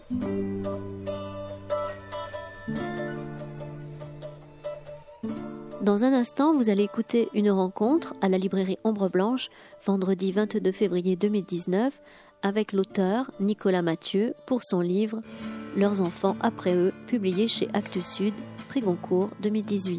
Dans un instant, vous allez écouter une rencontre à la librairie Ombre Blanche, vendredi 22 février 2019, avec l'auteur Nicolas Mathieu pour son livre « Leurs enfants après eux », publié chez Actes Sud, prix Goncourt 2018.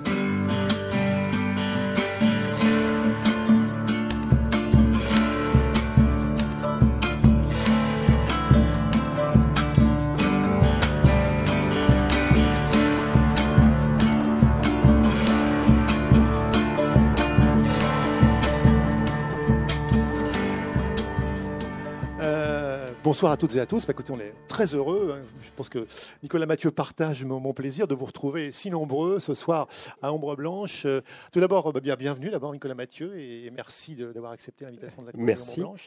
Bonsoir à toutes et à tous. Écoutez, on est très heureux. Je pense que Nicolas Mathieu partage mon plaisir de vous retrouver si nombreux ce soir à Ombre Blanche. Tout d'abord, bienvenue d'abord Nicolas Mathieu et merci d'avoir accepté l'invitation de la Ombre Blanche.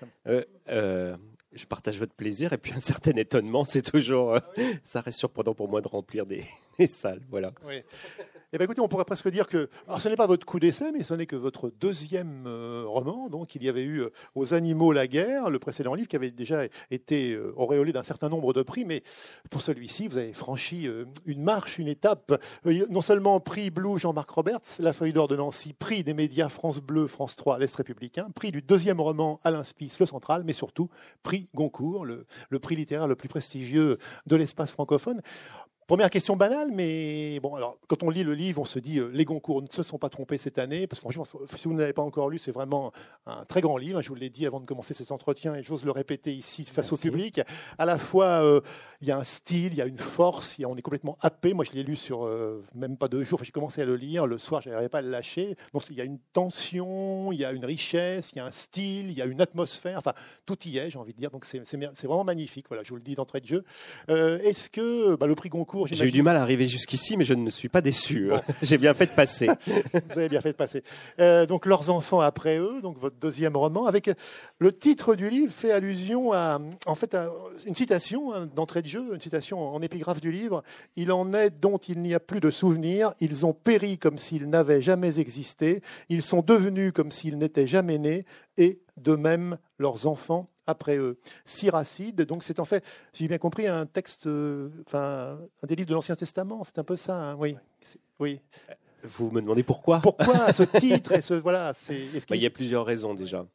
Je partage votre plaisir et puis un certain étonnement. C'est toujours, ça reste surprenant pour moi de remplir des salles. Voilà. Oui. Eh bien, écoutez, on pourrait presque dire que, alors ce n'est pas votre coup d'essai, mais ce n'est que votre deuxième roman. Donc, il y avait eu Aux animaux la guerre, le précédent livre qui avait déjà été auréolé d'un certain nombre de prix. Mais pour celui-ci, vous avez franchi une marche, une étape. Non seulement prix Blue Jean-Marc Roberts, la Feuille d'Or de Nancy, prix des médias France Bleu, France 3, l'Est républicain, prix du deuxième roman Alain Spies, Le Central, mais surtout prix Goncourt, le prix littéraire le plus prestigieux de l'espace francophone. Première question banale, mais bon, alors quand on lit le livre, on se dit les Goncourt ne se sont pas trompés cette année, parce que franchement, si vous ne l'avez pas encore lu, c'est vraiment un très grand livre. Je vous l'ai dit avant de commencer cet entretien, et j'ose le répéter ici face au public. À la fois, il y a un style, il y a une force, on est complètement happé. Moi, je l'ai lu sur même pas 2 jours. J'ai commencé à le lire le soir, je n'arrivais pas à le lâcher. Donc, il y a une tension, il y a une richesse, il y a un style, il y a une atmosphère. Enfin, tout y est, j'ai envie de dire. Donc, c'est vraiment magnifique. Voilà, je vous le dis d'entrée de jeu. Est-ce que le prix Goncourt, j'ai eu du mal à arriver jusqu'ici, mais je ne suis pas déçu. Bon. J'ai bien fait de passer. Vous avez bien fait de passer. Donc, Leurs enfants après eux, donc votre deuxième roman, avec le titre du livre fait allusion à une citation d'entrée de jeu, une citation en épigraphe du livre. Il en est dont il n'y a plus de souvenirs. Ils ont péri comme s'ils n'avaient jamais existé. Ils sont devenus comme s'ils n'étaient jamais nés. Et de même, leurs enfants après eux. Siracide, donc c'est en fait, si j'ai bien compris, un texte, un des livres de l'Ancien Testament, c'est un peu ça, hein, oui. Oui. Vous me demandez pourquoi ? Pourquoi ce titre et ce voilà, il y a plusieurs raisons déjà.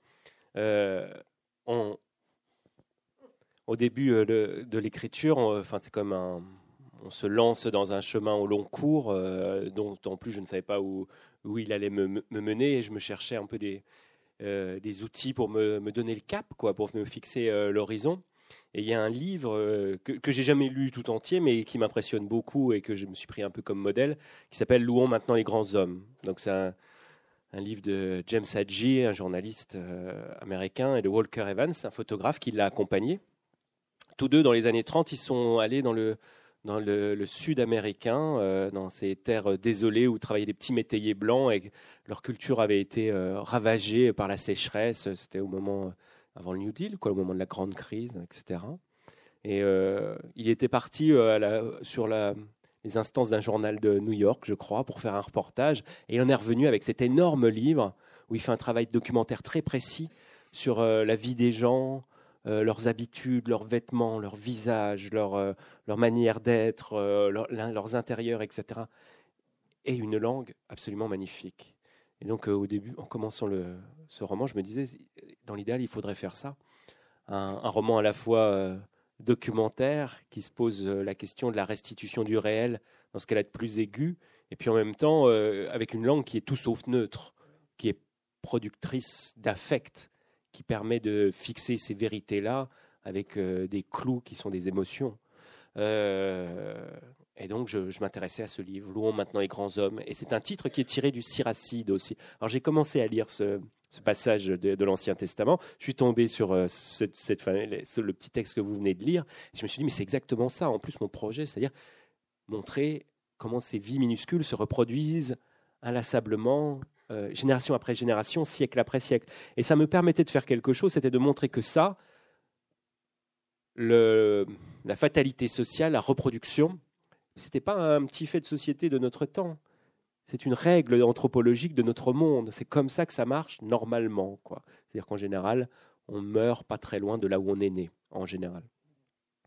Au début de l'écriture, c'est comme on se lance dans un chemin au long cours, dont en plus je ne savais pas où il allait me mener, et je me cherchais un peu des outils pour me donner le cap, pour me fixer l'horizon. Et il y a un livre que j'ai jamais lu tout entier, mais qui m'impressionne beaucoup et que je me suis pris un peu comme modèle, qui s'appelle « Louons maintenant les grands hommes ». Donc c'est un livre de James Hadji, un journaliste américain, et de Walker Evans, un photographe qui l'a accompagné. Tous deux, dans les années 30, ils sont allés dans le sud américain, dans ces terres désolées où travaillaient des petits métayers blancs, et leur culture avait été ravagée par la sécheresse. C'était au moment avant le New Deal, au moment de la grande crise, etc. Et il était parti sur les instances d'un journal de New York, je crois, pour faire un reportage, et il en est revenu avec cet énorme livre où il fait un travail documentaire très précis sur la vie des gens, leurs habitudes, leurs vêtements, leur visage, leur manière d'être, leurs intérieurs, etc. Et une langue absolument magnifique. Et donc, au début, en commençant ce roman, je me disais, dans l'idéal, il faudrait faire ça. Un roman à la fois documentaire, qui se pose la question de la restitution du réel dans ce qu'elle a de plus aigu, et puis en même temps, avec une langue qui est tout sauf neutre, qui est productrice d'affect, qui permet de fixer ces vérités-là avec des clous qui sont des émotions. Et donc, je m'intéressais à ce livre, « Louons maintenant les grands hommes ». Et c'est un titre qui est tiré du Siracide aussi. Alors, j'ai commencé à lire ce passage de l'Ancien Testament. Je suis tombé sur le petit texte que vous venez de lire. Et je me suis dit, mais c'est exactement ça. En plus, mon projet, c'est-à-dire montrer comment ces vies minuscules se reproduisent inlassablement, génération après génération, siècle après siècle. Et ça me permettait de faire quelque chose, c'était de montrer que ça, la fatalité sociale, la reproduction, ce n'était pas un petit fait de société de notre temps. C'est une règle anthropologique de notre monde. C'est comme ça que ça marche normalement, C'est-à-dire qu'en général, on meurt pas très loin de là où on est né, en général.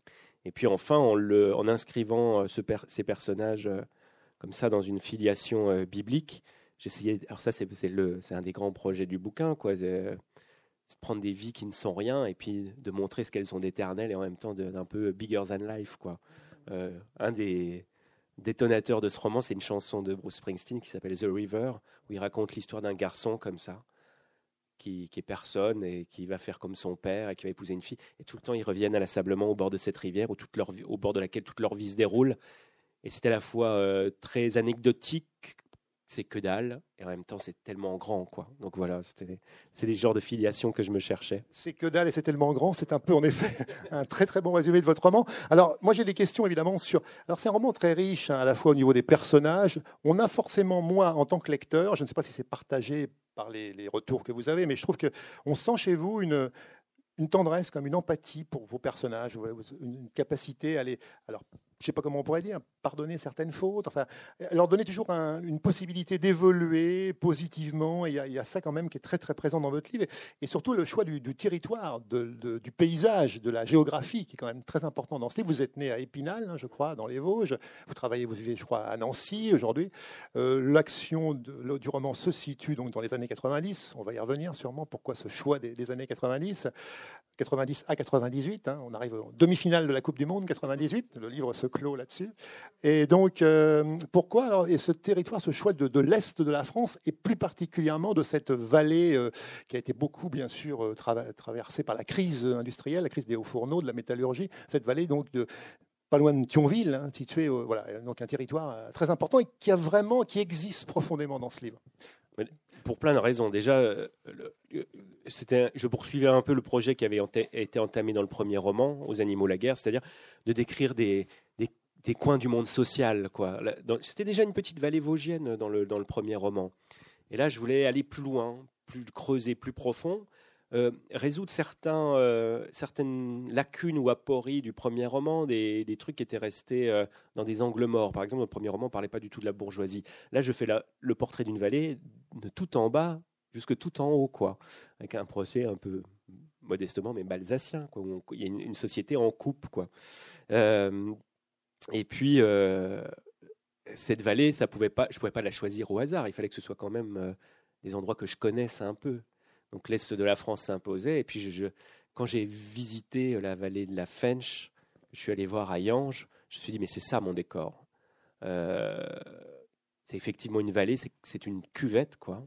Et puis enfin, en inscrivant ces personnages comme ça dans une filiation biblique, j'essayais. Alors ça, c'est un des grands projets du bouquin, quoi. C'est de prendre des vies qui ne sont rien et puis de montrer ce qu'elles sont d'éternel et en même temps d'un peu bigger than life, quoi. Un des détonateurs de ce roman, c'est une chanson de Bruce Springsteen qui s'appelle The River, où il raconte l'histoire d'un garçon comme ça, qui est personne et qui va faire comme son père et qui va épouser une fille. Et tout le temps, ils reviennent inlassablement au bord de cette rivière au bord de laquelle toute leur vie se déroule. Et c'est à la fois très anecdotique, c'est que dalle, et en même temps, c'est tellement grand, quoi. Donc voilà, c'est les genres de filiation que je me cherchais. C'est que dalle et c'est tellement grand, c'est un peu, en effet, un très très bon résumé de votre roman. Alors, moi, j'ai des questions, évidemment, sur... Alors, c'est un roman très riche, hein, à la fois au niveau des personnages. On a forcément, moi, en tant que lecteur, je ne sais pas si c'est partagé par les retours que vous avez, mais je trouve qu'on sent chez vous une tendresse, comme une empathie pour vos personnages, une capacité à les... Alors, je ne sais pas comment on pourrait dire, pardonner certaines fautes, enfin, leur donner toujours une possibilité d'évoluer positivement. Il y a ça quand même qui est très très présent dans votre livre. Et surtout le choix du territoire, du paysage, de la géographie, qui est quand même très important dans ce livre. Vous êtes né à Épinal, hein, je crois, dans les Vosges. Vous vivez, je crois, à Nancy aujourd'hui. L'action du roman se situe donc dans les années 90. On va y revenir sûrement. Pourquoi ce choix des années 90 à 98, hein, on arrive en demi-finale de la Coupe du Monde, 98, le livre se clôt là-dessus. Et donc, pourquoi alors, et ce territoire, ce choix de l'Est de la France, et plus particulièrement de cette vallée qui a été beaucoup, bien sûr, traversée par la crise industrielle, la crise des hauts fourneaux, de la métallurgie, cette vallée donc pas loin de Thionville, hein, située, voilà, donc un territoire très important et qui existe profondément dans ce livre. Pour plein de raisons. Déjà, je poursuivais un peu le projet qui avait été entamé dans le premier roman, Aux animaux la guerre, c'est-à-dire de décrire des coins du monde social, quoi. C'était déjà une petite vallée vosgienne dans le premier roman. Et là, je voulais aller plus loin, creuser plus profond, résoudre certaines lacunes ou apories du premier roman, des trucs qui étaient restés dans des angles morts. Par exemple, le premier roman ne parlait pas du tout de la bourgeoisie. Là, je fais le portrait d'une vallée de tout en bas jusque tout en haut, quoi, avec un procès un peu modestement, mais balsacien, quoi, où il y a une société en coupe, quoi. Et puis, cette vallée, je ne pouvais pas la choisir au hasard. Il fallait que ce soit quand même des endroits que je connaisse un peu. Donc l'Est de la France s'imposait. Et puis quand j'ai visité la vallée de la Fensch, je suis allé voir à Yanges, je me suis dit, mais c'est ça mon décor. C'est effectivement une vallée, c'est une cuvette, quoi.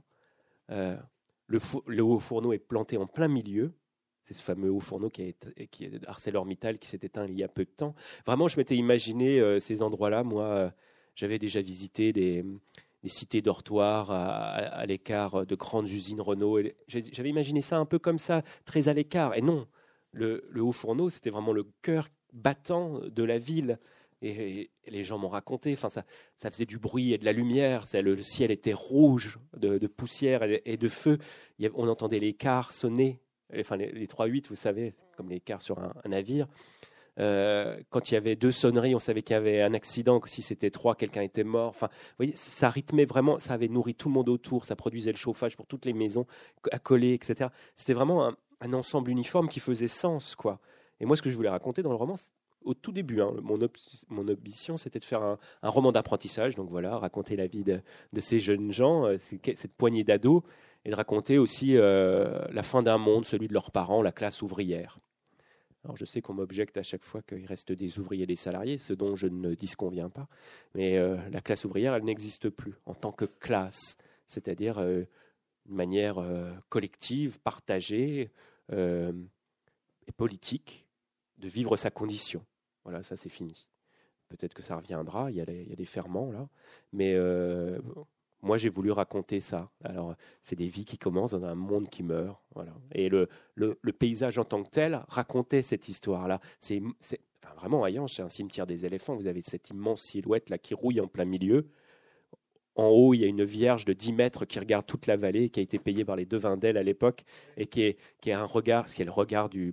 Le haut fourneau est planté en plein milieu. C'est ce fameux haut fourneau qui est ArcelorMittal qui s'est éteint il y a peu de temps. Vraiment, je m'étais imaginé ces endroits-là. Moi, j'avais déjà visité des cités dortoirs à l'écart de grandes usines Renault. J'avais imaginé ça un peu comme ça, très à l'écart. Et non, le haut fourneau, c'était vraiment le cœur battant de la ville. Et les gens m'ont raconté, enfin, ça faisait du bruit et de la lumière, le ciel était rouge de poussière et de feu. On entendait les cars sonner, enfin, les 3-8, vous savez, comme les cars sur un navire. Quand il y avait 2 sonneries, on savait qu'il y avait un accident, que si c'était 3, quelqu'un était mort. Enfin, vous voyez, ça rythmait vraiment, ça avait nourri tout le monde autour, ça produisait le chauffage pour toutes les maisons accolées, etc. C'était vraiment un ensemble uniforme qui faisait sens, quoi. Et moi, ce que je voulais raconter dans le roman, au tout début, hein, mon ambition, c'était de faire un roman d'apprentissage, donc voilà, raconter la vie de ces jeunes gens, cette poignée d'ados, et de raconter aussi la fin d'un monde, celui de leurs parents, la classe ouvrière. Alors je sais qu'on m'objecte à chaque fois qu'il reste des ouvriers et des salariés, ce dont je ne disconviens pas, mais la classe ouvrière, elle n'existe plus en tant que classe, c'est-à-dire une manière collective, partagée et politique de vivre sa condition. Voilà, ça c'est fini. Peut-être que ça reviendra, il y a des ferments là, mais moi j'ai voulu raconter ça. Alors c'est des vies qui commencent dans un monde qui meurt, voilà. Et le paysage en tant que tel racontait cette histoire-là. C'est vraiment à Yanges, c'est un cimetière des éléphants. Vous avez cette immense silhouette là qui rouille en plein milieu. En haut, il y a une vierge de 10 mètres qui regarde toute la vallée, qui a été payée par les Devindel à l'époque, et qui est un regard, qui est le regard du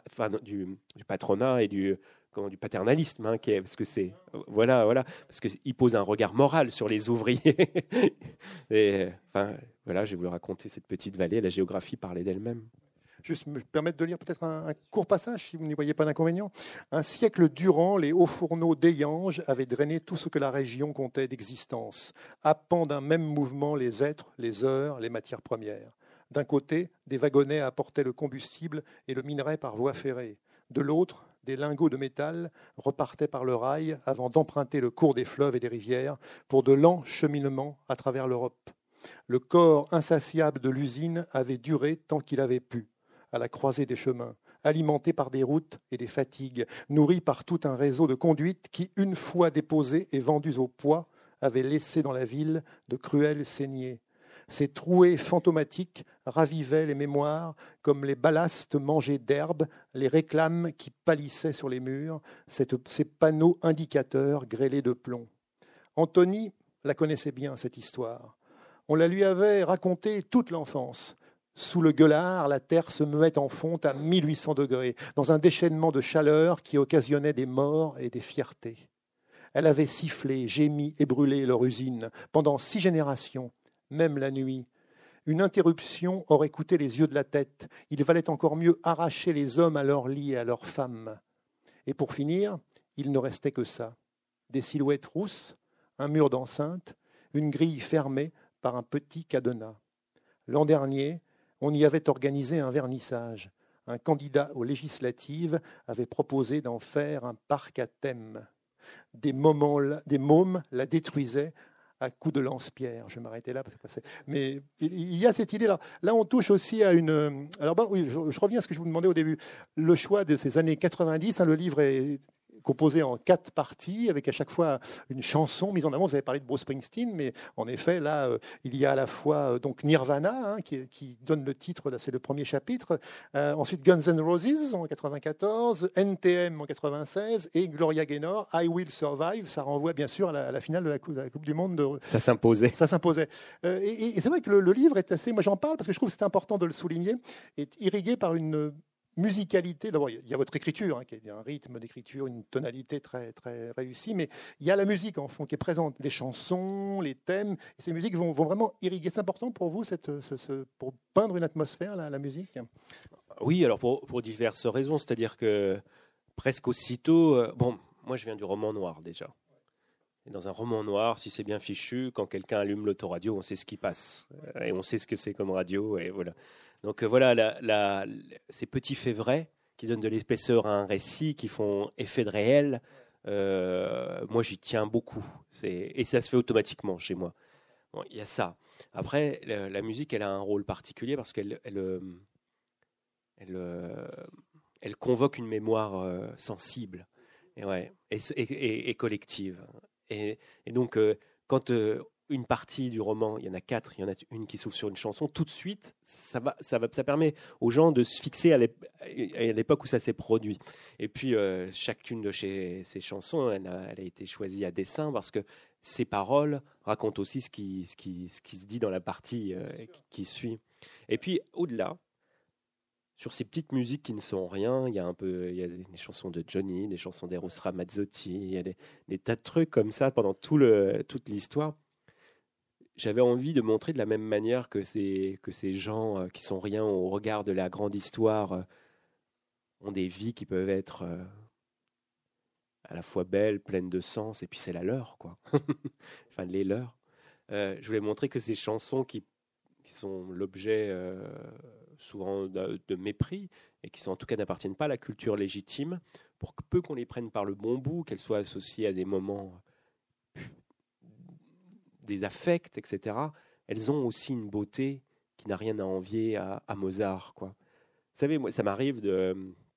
patronat et du paternalisme, hein, parce que c'est voilà, parce que il pose un regard moral sur les ouvriers. Et enfin, voilà, j'ai voulu raconter cette petite vallée. La géographie parlait d'elle-même. juste me permettre de lire peut-être un court passage, si vous n'y voyez pas d'inconvénient. Un siècle durant, les hauts fourneaux d'Eyange avaient drainé tout ce que la région comptait d'existence, happant d'un même mouvement les êtres, les heures, les matières premières. D'un côté, des wagonnets apportaient le combustible et le minerai par voie ferrée. De l'autre, des lingots de métal repartaient par le rail avant d'emprunter le cours des fleuves et des rivières pour de lents cheminements à travers l'Europe. Le corps insatiable de l'usine avait duré tant qu'il avait pu, à la croisée des chemins, alimenté par des routes et des fatigues, nourri par tout un réseau de conduites qui, une fois déposées et vendues au poids, avaient laissé dans la ville de cruelles saignées. Ces trouées fantomatiques ravivaient les mémoires comme les ballastes mangés d'herbe, les réclames qui pâlissaient sur les murs, ces panneaux indicateurs grêlés de plomb. Anthony la connaissait bien, cette histoire. On la lui avait racontée toute l'enfance. Sous le gueulard, la terre se muait en fonte à 1800 degrés, dans un déchaînement de chaleur qui occasionnait des morts et des fiertés. Elle avait sifflé, gémi et brûlé leur usine pendant 6 générations, même la nuit. Une interruption aurait coûté les yeux de la tête. Il valait encore mieux arracher les hommes à leur lit et à leurs femmes. Et pour finir, il ne restait que ça. Des silhouettes rousses, un mur d'enceinte, une grille fermée par un petit cadenas. L'an dernier, on y avait organisé un vernissage. Un candidat aux législatives avait proposé d'en faire un parc à thème. Des mômes la détruisaient à coups de lance-pierre. Je vais m'arrêter là. Mais il y a cette idée-là. Là, on touche aussi à une... Alors, oui, je reviens à ce que je vous demandais au début. Le choix de ces années 90, le livre est composé en 4 parties, avec à chaque fois une chanson mise en avant. Vous avez parlé de Bruce Springsteen, mais en effet, là, il y a à la fois donc Nirvana, qui donne le titre, là, c'est le premier chapitre. Ensuite, Guns N' Roses en 94, NTM en 96, et Gloria Gaynor, I Will Survive. Ça renvoie bien sûr à la finale de la Coupe du Monde. Ça s'imposait. Ça s'imposait. Et c'est vrai que le livre est assez... Moi, j'en parle parce que je trouve que c'est important de le souligner, est irrigué par une musicalité. D'abord, il y a votre écriture, qui a un rythme d'écriture, une tonalité très, très réussie, mais il y a la musique en fond qui est présente, les chansons, les thèmes, et ces musiques vont vraiment irriguer. C'est important pour vous, pour peindre une atmosphère, la musique? Oui, alors pour diverses raisons, c'est-à-dire que presque aussitôt, moi je viens du roman noir déjà. Et dans un roman noir, si c'est bien fichu, quand quelqu'un allume l'autoradio, on sait ce qui passe, et on sait ce que c'est comme radio, et voilà. Donc voilà, ces petits faits vrais qui donnent de l'épaisseur à un récit, qui font effet de réel, moi j'y tiens beaucoup. Et ça se fait automatiquement chez moi. Bon, il y a ça. Après, la musique, elle a un rôle particulier parce qu'elle convoque une mémoire sensible et collective. Et donc, quand une partie du roman, il y en a 4, il y en a une qui s'ouvre sur une chanson, tout de suite, ça permet aux gens de se fixer à l'époque où ça s'est produit. Et puis, chacune de ces chansons, elle a été choisie à dessein parce que ces paroles racontent aussi ce qui se dit dans la partie qui suit. Et puis, au-delà, sur ces petites musiques qui ne sont rien, il y a des chansons de Johnny, des chansons d'Eros Ramazzotti, il y a des tas de trucs comme ça pendant toute l'histoire. J'avais envie de montrer de la même manière que ces gens qui sont rien au regard de la grande histoire ont des vies qui peuvent être à la fois belles, pleines de sens, et puis c'est la leur, quoi. Enfin, les leurs. Je voulais montrer que ces chansons qui sont l'objet souvent de mépris et qui en tout cas n'appartiennent pas à la culture légitime, pour peu qu'on les prenne par le bon bout, qu'elles soient associées à des moments, des affects, etc., elles ont aussi une beauté qui n'a rien à envier à Mozart, quoi. Vous savez, moi, ça m'arrive de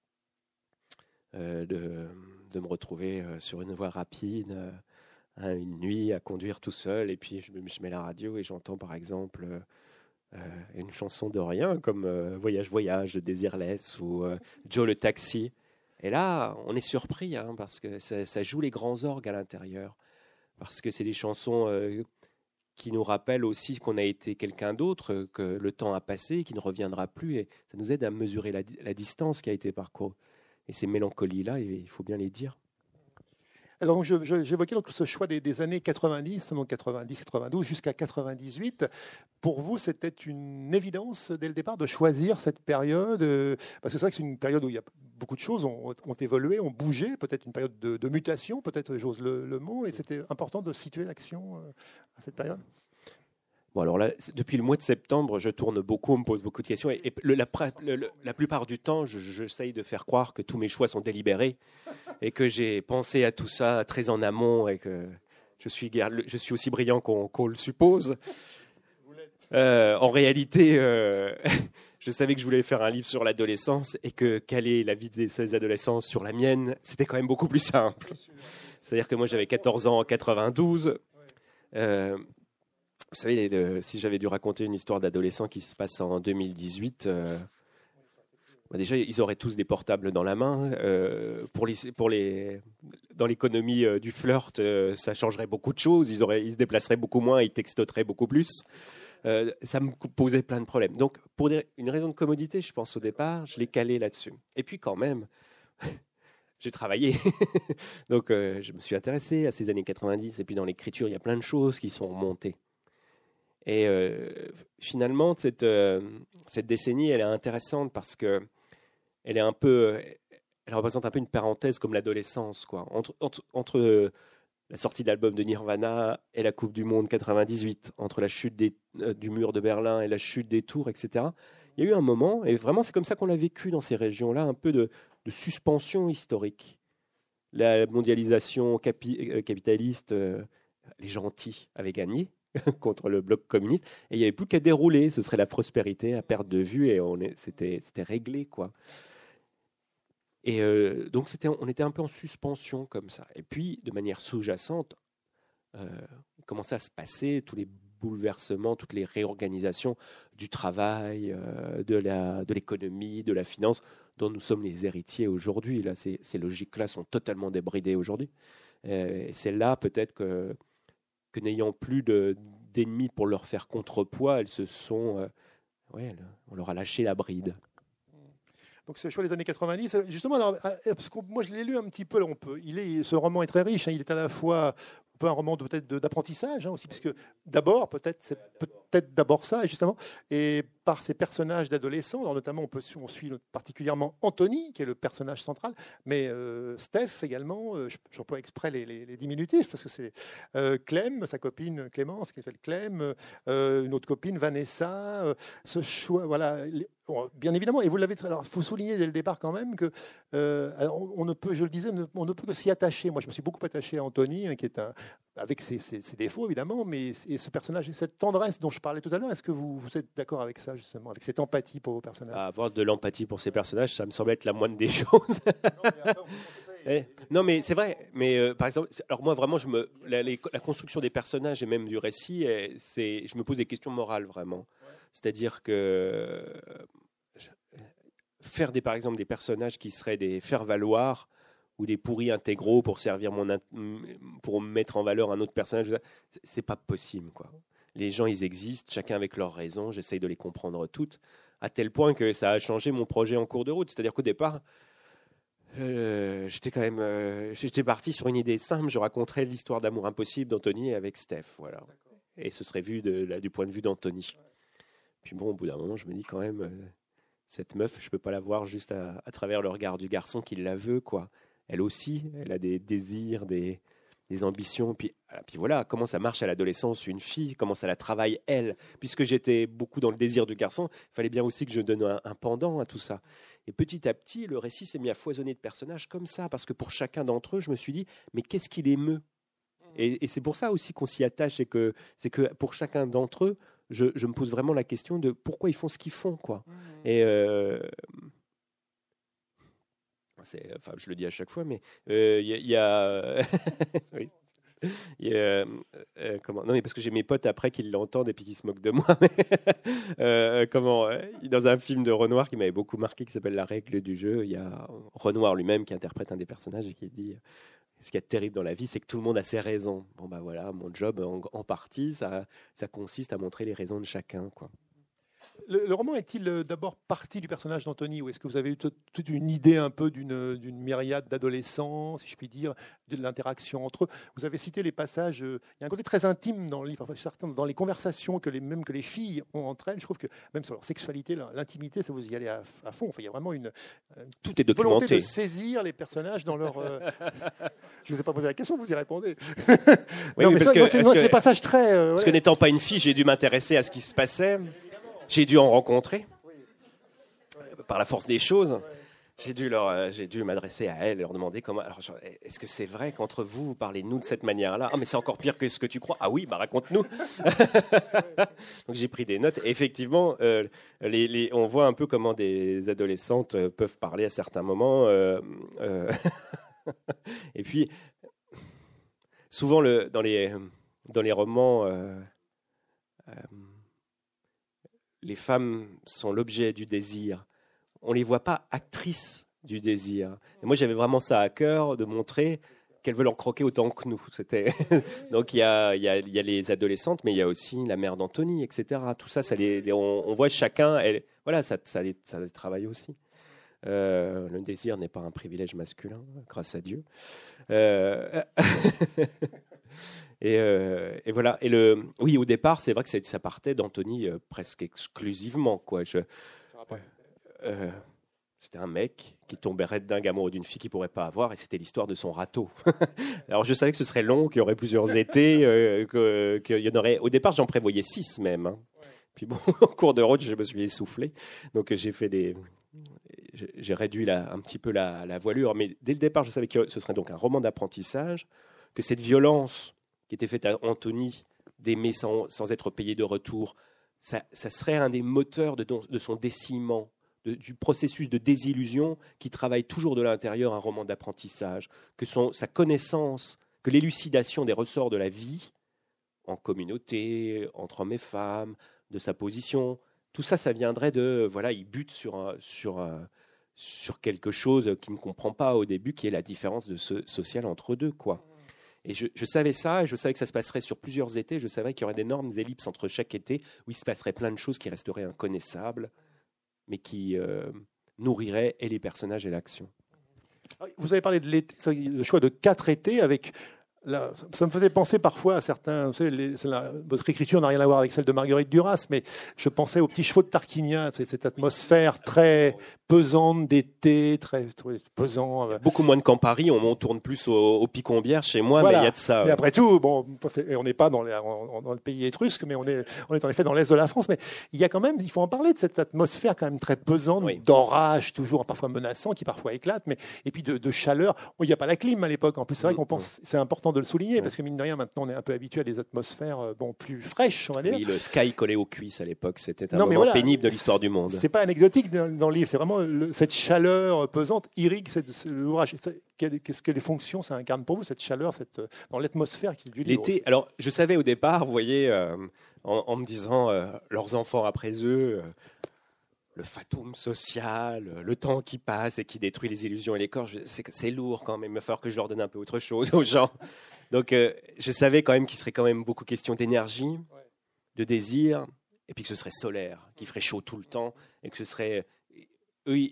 me retrouver sur une voie rapide, une nuit à conduire tout seul, et puis je mets la radio et j'entends par exemple une chanson de rien comme Voyage, Voyage de Désirless ou Joe le Taxi. Et là, on est surpris parce que ça joue les grands orgues à l'intérieur, parce que c'est des chansons qui nous rappellent aussi qu'on a été quelqu'un d'autre, que le temps a passé, qui ne reviendra plus, et ça nous aide à mesurer la distance qui a été parcourue. Et ces mélancolies-là, il faut bien les dire. Alors, j'évoquais donc ce choix des années 90, donc 90, 92 jusqu'à 98. Pour vous, c'était une évidence dès le départ de choisir cette période parce que c'est vrai que c'est une période où il y a beaucoup de choses ont évolué, ont bougé, peut-être une période de mutation, peut-être j'ose le mot, et c'était important de situer l'action à cette période. Bon, alors là, depuis le mois de septembre, je tourne beaucoup, on me pose beaucoup de questions. Et la plupart du temps, j'essaye de faire croire que tous mes choix sont délibérés et que j'ai pensé à tout ça très en amont et que je suis aussi brillant qu'on le suppose. En réalité, je savais que je voulais faire un livre sur l'adolescence et que caler la vie de ces adolescents sur la mienne, c'était quand même beaucoup plus simple. C'est-à-dire que moi, j'avais 14 ans en 92. Vous savez, si j'avais dû raconter une histoire d'adolescent qui se passe en 2018, déjà, ils auraient tous des portables dans la main. Dans l'économie du flirt, ça changerait beaucoup de choses. Ils se déplaceraient beaucoup moins, ils textoteraient beaucoup plus. Ça me posait plein de problèmes. Donc, pour une raison de commodité, je pense au départ, je l'ai calé là-dessus. Et puis quand même, j'ai travaillé. Donc, je me suis intéressé à ces années 90. Et puis dans l'écriture, il y a plein de choses qui sont remontées. Et finalement, cette décennie, elle est intéressante parce que elle représente un peu une parenthèse comme l'adolescence, quoi. Entre la sortie de l'album de Nirvana et la Coupe du Monde 98, entre la chute du mur de Berlin et la chute des tours, etc. Il y a eu un moment, et vraiment c'est comme ça qu'on l'a vécu dans ces régions-là, un peu de suspension historique. La mondialisation capitaliste, les gentils avaient gagné contre le bloc communiste, et il n'y avait plus qu'à dérouler, ce serait la prospérité à perte de vue, et c'était réglé, quoi. Et donc on était un peu en suspension comme ça. Et puis, de manière sous-jacente, il commençait à se passer tous les bouleversements, toutes les réorganisations du travail, de l'économie, de la finance, dont nous sommes les héritiers aujourd'hui. Là, ces logiques-là sont totalement débridées aujourd'hui. Et c'est là peut-être que n'ayant plus d'ennemis pour leur faire contrepoids, elles se sont... on leur a lâché la bride. Donc ce choix des années 90, justement, alors, parce que moi je l'ai lu un petit peu, ce roman est très riche, il est à la fois un peu un roman peut-être d'apprentissage aussi, puisque d'abord, c'est peut-être d'abord ça, justement, et par ces personnages d'adolescents, alors notamment on suit particulièrement Anthony, qui est le personnage central, mais Steph également, j'emploie exprès les diminutifs, parce que c'est Clem, sa copine Clémence, qui s'appelle Clem, une autre copine, Vanessa, ce choix, voilà... Bien évidemment, et vous l'avez. Alors, il faut souligner dès le départ quand même que on ne peut, je le disais, on ne peut que s'y attacher. Moi, je me suis beaucoup attaché à Anthony, qui est avec ses défauts évidemment, mais et ce personnage, cette tendresse dont je parlais tout à l'heure. Est-ce que vous êtes d'accord avec ça justement, avec cette empathie pour vos personnages? Avoir de l'empathie pour ces personnages, ça me semble être la moindre des choses. Non, mais c'est vrai. Mais par exemple, alors moi vraiment, la construction des personnages et même du récit, je me pose des questions morales vraiment. C'est-à-dire que faire par exemple des personnages qui seraient des faire-valoir ou des pourris intégraux pour pour mettre en valeur un autre personnage, c'est pas possible, quoi. Les gens, ils existent, chacun avec leurs raisons. J'essaye de les comprendre toutes, à tel point que ça a changé mon projet en cours de route. C'est-à-dire qu'au départ, j'étais parti sur une idée simple. Je raconterais l'histoire d'amour impossible d'Anthony avec Steph, voilà. Et ce serait vu du point de vue d'Anthony. Puis bon, au bout d'un moment, je me dis quand même, cette meuf, je peux pas la voir juste à travers le regard du garçon qui la veut, quoi. Elle aussi, elle a des désirs, des ambitions. Puis voilà, comment ça marche à l'adolescence, une fille, comment ça la travaille, elle. Puisque j'étais beaucoup dans le désir du garçon, il fallait bien aussi que je donne un pendant à tout ça. Et petit à petit, le récit s'est mis à foisonner de personnages comme ça, parce que pour chacun d'entre eux, je me suis dit, mais qu'est-ce qui l'émeut ? Et c'est pour ça aussi qu'on s'y attache, c'est que pour chacun d'entre eux, je me pose vraiment la question de pourquoi ils font ce qu'ils font, quoi. Et je le dis à chaque fois, mais il y a oui. Non, mais parce que j'ai mes potes après qui l'entendent et puis qui se moquent de moi. Dans un film de Renoir qui m'avait beaucoup marqué, qui s'appelle La règle du jeu, il y a Renoir lui-même qui interprète un des personnages et qui dit: ce qui est terrible dans la vie, c'est que tout le monde a ses raisons. Bon, voilà, mon job, en partie, ça consiste à montrer les raisons de chacun, quoi. Le roman est-il d'abord parti du personnage d'Anthony, ou est-ce que vous avez eu toute une idée un peu d'une myriade d'adolescents, si je puis dire, de l'interaction entre eux? Vous avez cité les passages, il y a un côté très intime dans le livre, enfin, certains, dans les conversations même que les filles ont entre elles. Je trouve que même sur leur sexualité, l'intimité, ça vous y allez à fond. Enfin, il y a vraiment tout est volonté documenté. de saisir les personnages dans leur... Je ne vous ai pas posé la question, vous y répondez. Oui, non, mais mais parce que, c'est des passages très... parce que n'étant pas une fille, j'ai dû m'intéresser à ce qui se passait. J'ai dû en rencontrer, par la force des choses. J'ai dû m'adresser à elles et leur demander comment. Alors, est-ce que c'est vrai qu'entre vous, vous parlez de nous de cette manière-là? Ah, mais c'est encore pire que ce que tu crois. Ah oui, bah raconte-nous. Donc j'ai pris des notes. Et effectivement, on voit un peu comment des adolescentes peuvent parler à certains moments. Et puis, souvent dans les romans. Les femmes sont l'objet du désir. On ne les voit pas actrices du désir. Et moi, j'avais vraiment ça à cœur, de montrer qu'elles veulent en croquer autant que nous. Donc, il y a les adolescentes, mais il y a aussi la mère d'Anthony, etc. Tout ça, on voit chacun... ça les travaille aussi. Le désir n'est pas un privilège masculin, grâce à Dieu. Et voilà. Oui, au départ, c'est vrai que ça partait d'Anthony presque exclusivement, quoi. C'était un mec qui tomberait dingue amoureux d'une fille qu'il pourrait pas avoir, et c'était l'histoire de son râteau. Alors je savais que ce serait long, qu'il y aurait plusieurs étés, qu'il y en aurait. Au départ, j'en prévoyais 6 même. Hein. Puis bon, en cours de route, je me suis essoufflé, donc j'ai réduit un petit peu la voilure, mais dès le départ, je savais que ce serait donc un roman d'apprentissage, que cette violence qui était faite à Anthony, d'aimer sans être payé de retour, ça serait un des moteurs de son déciment, du processus de désillusion qui travaille toujours de l'intérieur un roman d'apprentissage, que sa connaissance, que l'élucidation des ressorts de la vie, en communauté, entre hommes et femmes, de sa position, tout ça, ça viendrait de... Voilà, il bute sur quelque chose qu'il ne comprend pas au début, qui est la différence sociale entre deux, quoi. Et je savais ça, et je savais que ça se passerait sur plusieurs étés. Je savais qu'il y aurait d'énormes ellipses entre chaque été, où il se passerait plein de choses qui resteraient inconnaissables, mais qui nourriraient et les personnages et l'action. Vous avez parlé de l'été, le choix de 4 étés avec... ça me faisait penser parfois à certains... Vous savez, votre écriture n'a rien à voir avec celle de Marguerite Duras, mais je pensais aux Petits chevaux de Tarquinia, cette atmosphère très pesante d'été, très pesant. Beaucoup moins qu'en Paris, on tourne plus au Picombière chez moi, voilà. Mais il y a de ça. Mais après tout, bon, on n'est pas dans le pays étrusque, mais on est en effet dans l'est de la France. Mais il y a quand même, il faut en parler de cette atmosphère quand même très pesante, oui, d'orage toujours parfois menaçant, qui parfois éclate, et puis de chaleur. Il n'y a pas la clim à l'époque. En plus, c'est vrai qu'on pense, c'est important de le souligner, parce que mine de rien, maintenant, on est un peu habitué à des atmosphères plus fraîches, on va dire. Oui, le sky collé aux cuisses à l'époque, c'était un moment pénible de l'histoire du monde. C'est pas anecdotique dans le livre, c'est vraiment cette chaleur pesante irrigue l'ouvrage. Qu'est-ce que les fonctions ça incarne pour vous, cette chaleur, dans l'atmosphère du livre? L'été, alors je savais au départ, vous voyez, en me disant leurs enfants après eux, le fatum social, le temps qui passe et qui détruit les illusions et les corps, c'est lourd quand même, il va falloir que je leur donne un peu autre chose aux gens. Donc je savais quand même qu'il serait quand même beaucoup question d'énergie, de désir, et puis que ce serait solaire, qu'il ferait chaud tout le temps, et que ce serait... Eux,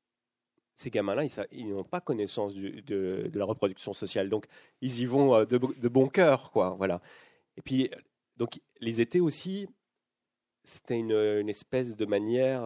ces gamins-là, ils n'ont pas connaissance de la reproduction sociale, donc ils y vont de bon cœur, quoi. Voilà. Et puis, donc, les étés aussi, c'était une espèce de manière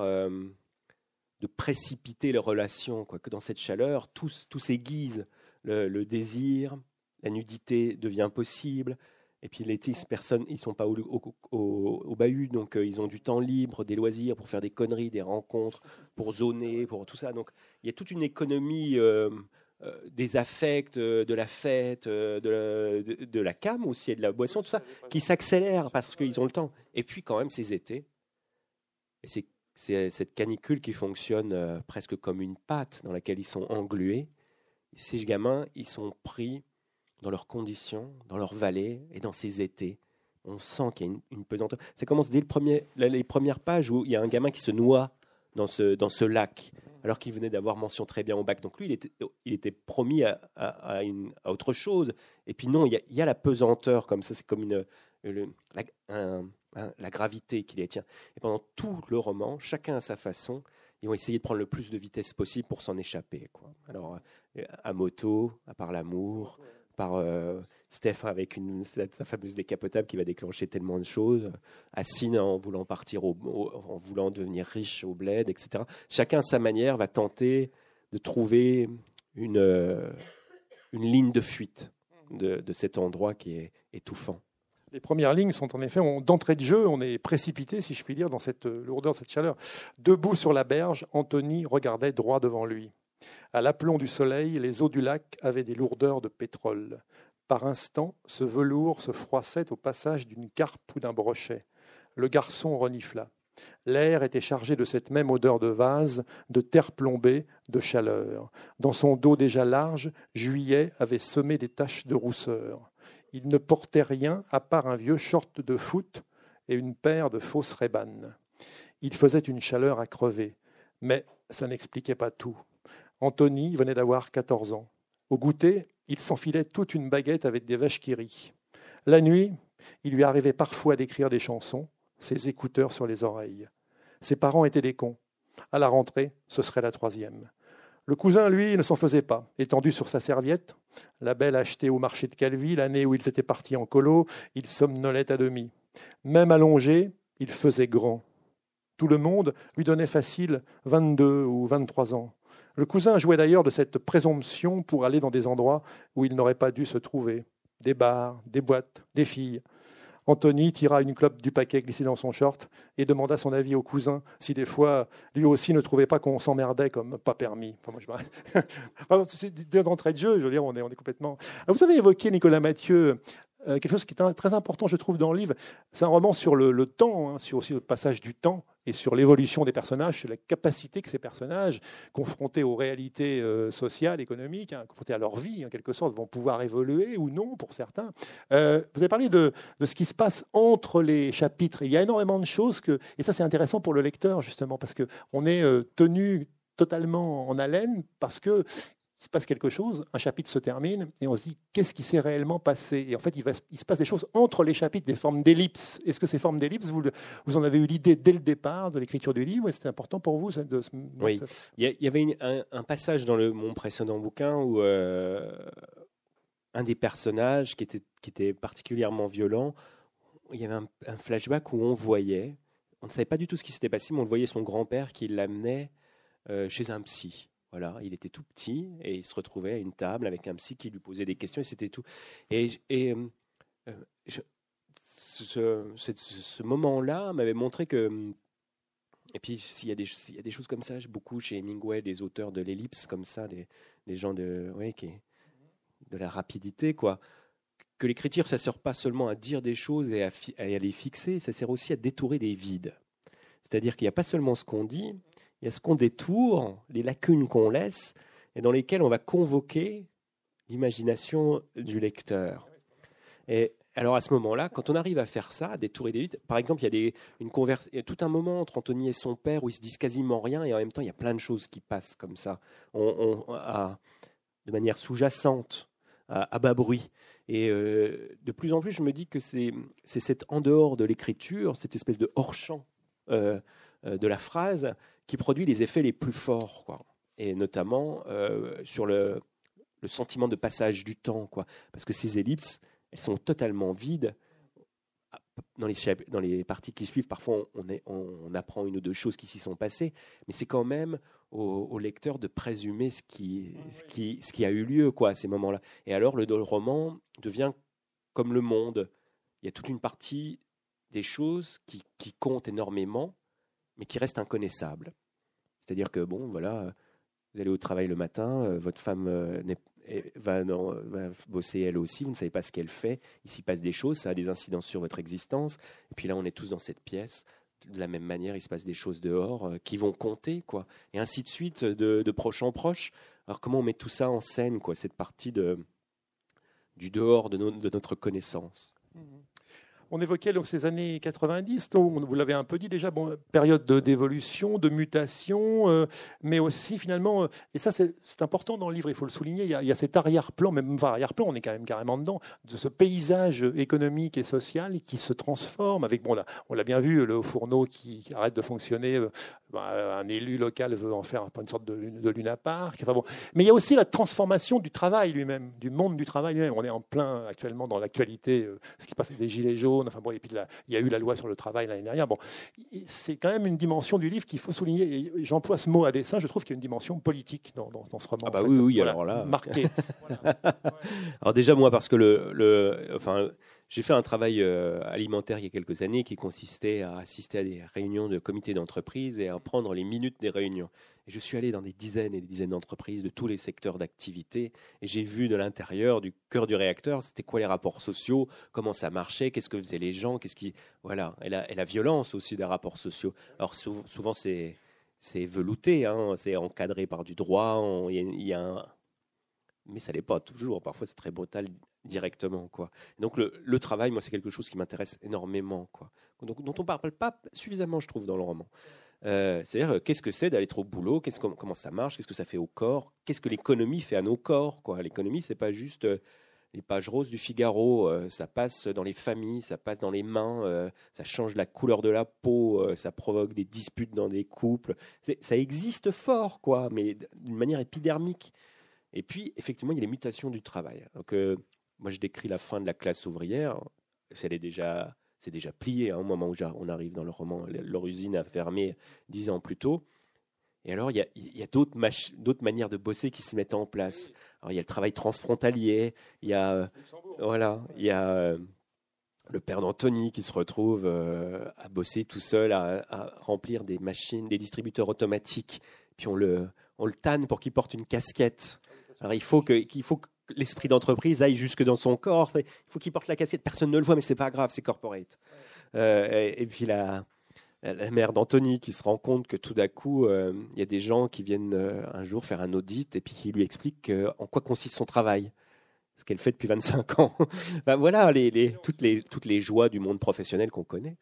de précipiter les relations, quoi. Que dans cette chaleur, tout s'aiguise, le désir, la nudité devient possible. Et puis l'été, ils ne sont pas au bahut, donc ils ont du temps libre, des loisirs pour faire des conneries, des rencontres, pour zoner, pour tout ça. Donc il y a toute une économie des affects, de la fête, de la cam aussi et de la boisson, tout ça, qui s'accélère parce qu'ils ont le temps. Et puis quand même ces étés, et c'est cette canicule qui fonctionne presque comme une pâte dans laquelle ils sont englués. Ces gamins, ils sont pris dans leurs conditions, dans leurs vallées et dans ces étés. On sent qu'il y a une pesanteur. Ça commence dès les premières pages où il y a un gamin qui se noie dans ce lac, alors qu'il venait d'avoir mention très bien au bac. Donc lui, il était promis à autre chose. Et puis non, il y a la pesanteur comme ça. C'est comme la gravité qui les tient. Et pendant tout le roman, chacun à sa façon, ils vont essayer de prendre le plus de vitesse possible pour s'en échapper, quoi. Alors, à moto, par l'amour, par Steph avec sa fameuse décapotable qui va déclencher tellement de choses, Assine en voulant partir, en voulant devenir riche au bled, etc. Chacun à sa manière va tenter de trouver une ligne de fuite de cet endroit qui est étouffant. Les premières lignes sont en effet, d'entrée de jeu, on est précipité, si je puis dire, dans cette lourdeur, cette chaleur. Debout sur la berge, Anthony regardait droit devant lui. À l'aplomb du soleil, les eaux du lac avaient des lourdeurs de pétrole. Par instants, ce velours se froissait au passage d'une carpe ou d'un brochet. Le garçon renifla. L'air était chargé de cette même odeur de vase, de terre plombée, de chaleur. Dans son dos déjà large, Juillet avait semé des taches de rousseur. Il ne portait rien à part un vieux short de foot et une paire de fausses Ray-Ban. Il faisait une chaleur à crever, mais ça n'expliquait pas tout. Anthony venait d'avoir 14 ans. Au goûter, il s'enfilait toute une baguette avec des vaches qui rient. La nuit, il lui arrivait parfois d'écrire des chansons, ses écouteurs sur les oreilles. Ses parents étaient des cons. À la rentrée, ce serait la 3e. Le cousin, lui, ne s'en faisait pas. Étendu sur sa serviette, la belle achetée au marché de Calvi, l'année où ils étaient partis en colo, il somnolait à demi. Même allongé, il faisait grand. Tout le monde lui donnait facile 22 ou 23 ans. Le cousin jouait d'ailleurs de cette présomption pour aller dans des endroits où il n'aurait pas dû se trouver. Des bars, des boîtes, des filles. Anthony tira une clope du paquet glissé dans son short et demanda son avis au cousin si des fois, lui aussi ne trouvait pas qu'on s'emmerdait comme pas permis. Enfin, moi, d'entrée de jeu, je veux dire, on est complètement... Vous avez évoqué, Nicolas Mathieu, quelque chose qui est très important, je trouve, dans le livre. C'est un roman sur le temps, sur aussi le passage du temps et sur l'évolution des personnages, sur la capacité que ces personnages, confrontés aux réalités sociales, économiques, confrontés à leur vie, en quelque sorte, vont pouvoir évoluer ou non pour certains. Vous avez parlé de ce qui se passe entre les chapitres. Il y a énormément de choses, et ça c'est intéressant pour le lecteur, justement, parce qu'on est tenu totalement en haleine, parce que il se passe quelque chose, un chapitre se termine, et on se dit qu'est-ce qui s'est réellement passé. Et en fait, il se passe des choses entre les chapitres, des formes d'ellipses. Est-ce que ces formes d'ellipses, vous en avez eu l'idée dès le départ de l'écriture du livre, et c'était important pour vous Oui, il y avait un passage dans mon précédent bouquin où un des personnages qui était particulièrement violent, il y avait un flashback où on voyait, on ne savait pas du tout ce qui s'était passé, mais on voyait son grand-père qui l'amenait chez un psy. Voilà, il était tout petit et il se retrouvait à une table avec un psy qui lui posait des questions et c'était tout. Ce moment-là m'avait montré que... Et puis, s'il y a des choses comme ça, beaucoup chez Hemingway, des auteurs de l'ellipse comme ça, des gens de la rapidité, quoi. Que l'écriture, ça ne sert pas seulement à dire des choses et à les fixer, ça sert aussi à détourer des vides. C'est-à-dire qu'il n'y a pas seulement ce qu'on dit, il y a ce qu'on détourne, les lacunes qu'on laisse, et dans lesquelles on va convoquer l'imagination du lecteur. Et alors à ce moment-là, quand on arrive à faire ça, à détourer des vides, par exemple, il y a tout un moment entre Anthony et son père où ils se disent quasiment rien, et en même temps, il y a plein de choses qui passent comme ça, de manière sous-jacente, à bas bruit. Et de plus en plus, je me dis que c'est cet en dehors de l'écriture, cette espèce de hors-champ de la phrase qui produit les effets les plus forts, quoi. Et notamment sur le sentiment de passage du temps, quoi. Parce que ces ellipses, elles sont totalement vides. Dans les parties qui suivent, parfois on apprend une ou deux choses qui s'y sont passées, mais c'est quand même au lecteur de présumer ce qui a eu lieu, quoi, à ces moments-là. Et alors le roman devient comme le monde. Il y a toute une partie des choses qui comptent énormément, mais qui restent inconnaissables. C'est-à-dire que, bon, voilà, vous allez au travail le matin, votre femme va bosser elle aussi, vous ne savez pas ce qu'elle fait, il s'y passe des choses, ça a des incidences sur votre existence, et puis là, on est tous dans cette pièce, de la même manière, il se passe des choses dehors qui vont compter, quoi, et ainsi de suite, de proche en proche. Alors, comment on met tout ça en scène, quoi, cette partie du dehors de notre connaissance? on évoquait donc, ces années 90, donc, vous l'avez un peu dit déjà, bon, période d'évolution, de mutation, mais aussi finalement, et ça c'est important dans le livre, il faut le souligner, il y a cet arrière-plan, même pas arrière-plan, on est quand même carrément dedans, de ce paysage économique et social qui se transforme avec, bon, là, on l'a bien vu, le fourneau qui arrête de fonctionner, un élu local veut en faire une sorte de lunapark. Enfin bon. Mais il y a aussi la transformation du travail lui-même, du monde du travail lui-même. On est en plein actuellement dans l'actualité, ce qui se passe avec les gilets jaunes. Enfin bon, et puis il y a eu la loi sur le travail l'année dernière. Bon, c'est quand même une dimension du livre qu'il faut souligner. Et j'emploie ce mot à dessein. Je trouve qu'il y a une dimension politique dans ce roman. Ah bah oui, voilà, alors là, marqué. Voilà. Alors déjà moi parce que enfin. J'ai fait un travail alimentaire il y a quelques années qui consistait à assister à des réunions de comités d'entreprise et à prendre les minutes des réunions. Et je suis allé dans des dizaines et des dizaines d'entreprises de tous les secteurs d'activité et j'ai vu de l'intérieur, du cœur du réacteur, c'était quoi les rapports sociaux, comment ça marchait, qu'est-ce que faisaient les gens, voilà, et la violence aussi des rapports sociaux. Alors souvent c'est velouté, hein, c'est encadré par du droit, mais ça l'est pas toujours. Parfois c'est très brutal directement, quoi. Donc le travail, moi, c'est quelque chose qui m'intéresse énormément, quoi. Donc, dont on parle pas suffisamment, je trouve, dans le roman. C'est-à-dire, qu'est-ce que c'est d'aller au boulot, comment ça marche, qu'est-ce que ça fait au corps, qu'est-ce que l'économie fait à nos corps, quoi. L'économie, c'est pas juste les pages roses du Figaro, ça passe dans les familles, ça passe dans les mains, ça change la couleur de la peau, ça provoque des disputes dans des couples. Ça existe fort, quoi, mais d'une manière épidermique. Et puis, effectivement, il y a les mutations du travail. Donc, moi, je décris la fin de la classe ouvrière. C'est déjà plié au moment où on arrive dans le roman. Leur usine a fermé 10 ans plus tôt. Et alors, il y a d'autres manières de bosser qui se mettent en place. Alors, il y a le travail transfrontalier. Il y a le père d'Anthony qui se retrouve à bosser tout seul, à remplir des machines, des distributeurs automatiques. Puis on le tanne pour qu'il porte une casquette. Alors, il faut que l'esprit d'entreprise aille jusque dans son corps. Il faut qu'il porte la casquette. Personne ne le voit, mais c'est pas grave, c'est corporate. Et puis la mère d'Anthony qui se rend compte que tout d'un coup, il y a des gens qui viennent un jour faire un audit et puis qui lui expliquent en quoi consiste son travail, ce qu'elle fait depuis 25 ans. Ben voilà toutes les joies du monde professionnel qu'on connaît.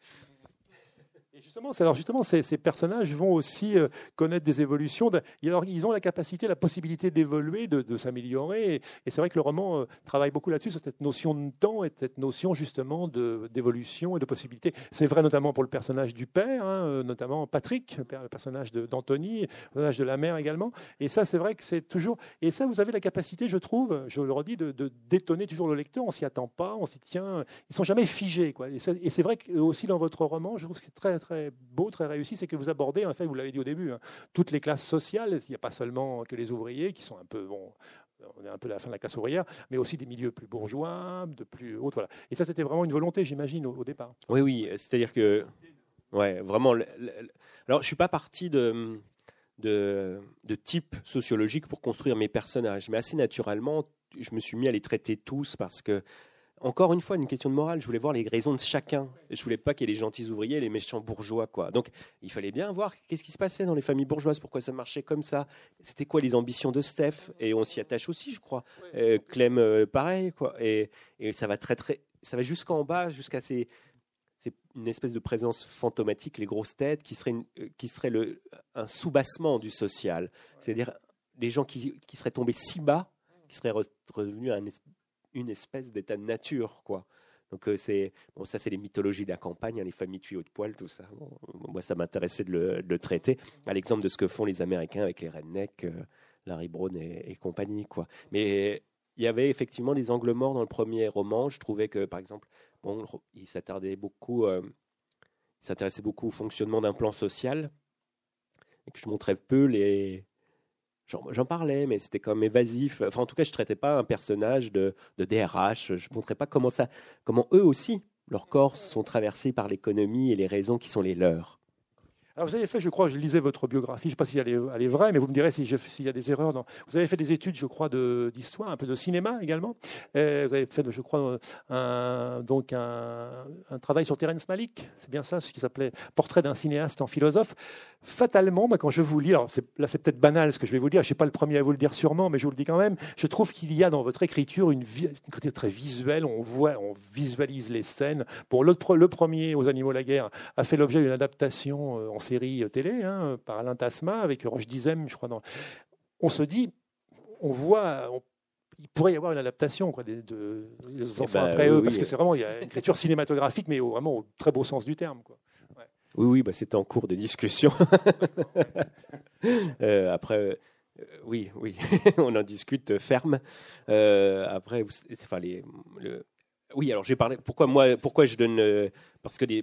Alors justement, ces personnages vont aussi connaître des évolutions. Alors, ils ont la capacité, la possibilité d'évoluer, de s'améliorer. Et c'est vrai que le roman travaille beaucoup là-dessus, sur cette notion de temps et cette notion justement d'évolution et de possibilité. C'est vrai notamment pour le personnage du père, hein, notamment Patrick, le personnage d'Anthony, le personnage de la mère également. Et ça, c'est vrai que c'est toujours... Et ça, vous avez la capacité, je trouve, je le redis, de détonner toujours le lecteur. On s'y attend pas, on s'y tient. Ils sont jamais figés, quoi. Et c'est vrai que aussi dans votre roman, je trouve que c'est très, très beau, très réussi, c'est que vous abordez, en fait, vous l'avez dit au début, hein, toutes les classes sociales. Il n'y a pas seulement que les ouvriers qui sont un peu, bon, on est un peu à la fin de la classe ouvrière, mais aussi des milieux plus bourgeois, de plus hautes, voilà. Et ça, c'était vraiment une volonté, j'imagine, au départ. Oui, c'est-à-dire que, ouais, vraiment. Alors, je suis pas parti de type sociologique pour construire mes personnages, mais assez naturellement, je me suis mis à les traiter tous parce que, encore une fois, une question de morale. Je voulais voir les raisons de chacun. Je voulais pas qu'il y ait les gentils ouvriers et les méchants bourgeois, quoi. Donc, il fallait bien voir qu'est-ce qui se passait dans les familles bourgeoises, pourquoi ça marchait comme ça. C'était quoi les ambitions de Steph. Et on s'y attache aussi, je crois. Clem, pareil, quoi. Et ça va ça va jusqu'en bas, jusqu'à c'est une espèce de présence fantomatique, les grosses têtes, qui serait un soubassement du social. C'est-à-dire des gens qui seraient tombés si bas, qui seraient revenus à une espèce d'état de nature, quoi. Donc ça c'est les mythologies de la campagne, hein, les familles tuyaux de poil, tout ça. Bon, moi ça m'intéressait de le traiter, à l'exemple de ce que font les Américains avec les rednecks, Larry Brown et compagnie, quoi. Mais il y avait effectivement des angles morts dans le premier roman. Je trouvais que, par exemple, il s'intéressait beaucoup au fonctionnement d'un plan social et que je montrais peu J'en parlais, mais c'était quand même évasif. Enfin, en tout cas, je ne traitais pas un personnage de DRH. Je ne montrais pas comment eux aussi, leurs corps sont traversés par l'économie et les raisons qui sont les leurs. Alors vous avez fait, je crois, je lisais votre biographie, je ne sais pas si elle est vraie, mais vous me direz s'il y a des erreurs. Vous avez fait des études, je crois, d'histoire, un peu de cinéma également. Vous avez fait, je crois, un travail sur Terrence Malick, c'est bien ça, ce qui s'appelait Portrait d'un cinéaste en philosophe. fatalement, quand je vous lis, alors là c'est peut-être banal ce que je vais vous dire, je ne suis pas le premier à vous le dire sûrement, mais je vous le dis quand même, je trouve qu'il y a dans votre écriture une côté très visuelle, on visualise les scènes. Bon, le premier, Aux animaux la guerre, a fait l'objet d'une adaptation en série télé par Alain Tasma, avec Roche Dizem, je crois. On se dit, il pourrait y avoir une adaptation des enfants après eux, parce que c'est vraiment, il y a une écriture cinématographique, mais vraiment au très beau sens du terme, quoi. Ouais. Oui, c'est en cours de discussion. Après, oui, on en discute ferme. Après, oui, alors j'ai parlé. Pourquoi je donne parce que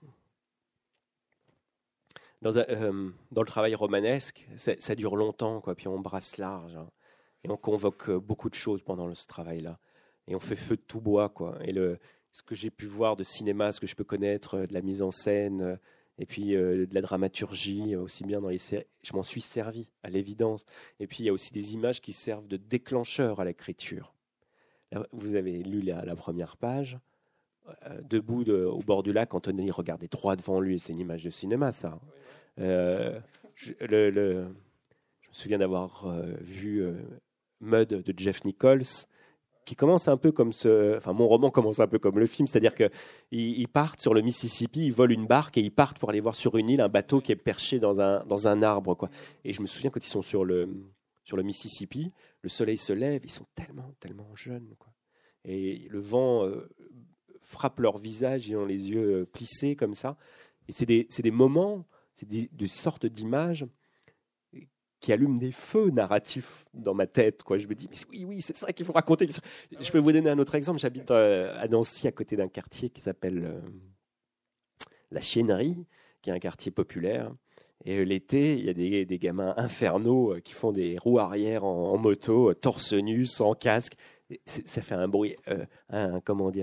dans le travail romanesque, ça dure longtemps, quoi. Puis on brasse large, hein, et on convoque beaucoup de choses pendant ce travail-là, et on fait feu de tout bois, quoi. Et ce que j'ai pu voir de cinéma, ce que je peux connaître de la mise en scène. Et puis de la dramaturgie, aussi bien dans les séries. Je m'en suis servi, à l'évidence. Et puis il y a aussi des images qui servent de déclencheur à l'écriture. Là, vous avez lu la première page. Debout au bord du lac, Anthony regardait droit devant lui. C'est une image de cinéma, ça. Je me souviens d'avoir vu Mud de Jeff Nichols, qui commence un peu comme mon roman commence un peu comme le film, c'est-à-dire qu'ils partent sur le Mississippi, ils volent une barque et ils partent pour aller voir sur une île un bateau qui est perché dans un arbre, quoi. Et je me souviens quand ils sont sur le Mississippi, le soleil se lève, ils sont tellement, tellement jeunes, quoi. Et le vent frappe leur visage, ils ont les yeux plissés comme ça. Et c'est des moments, c'est des sortes d'images qui allument des feux narratifs dans ma tête, quoi. Je me dis, mais oui, c'est ça qu'il faut raconter. Je peux vous donner un autre exemple. J'habite à Nancy, à côté d'un quartier qui s'appelle la Chiennerie, qui est un quartier populaire. Et l'été, il y a des gamins infernaux qui font des roues arrière en moto, torse nu, sans casque. Ça fait un bruit, un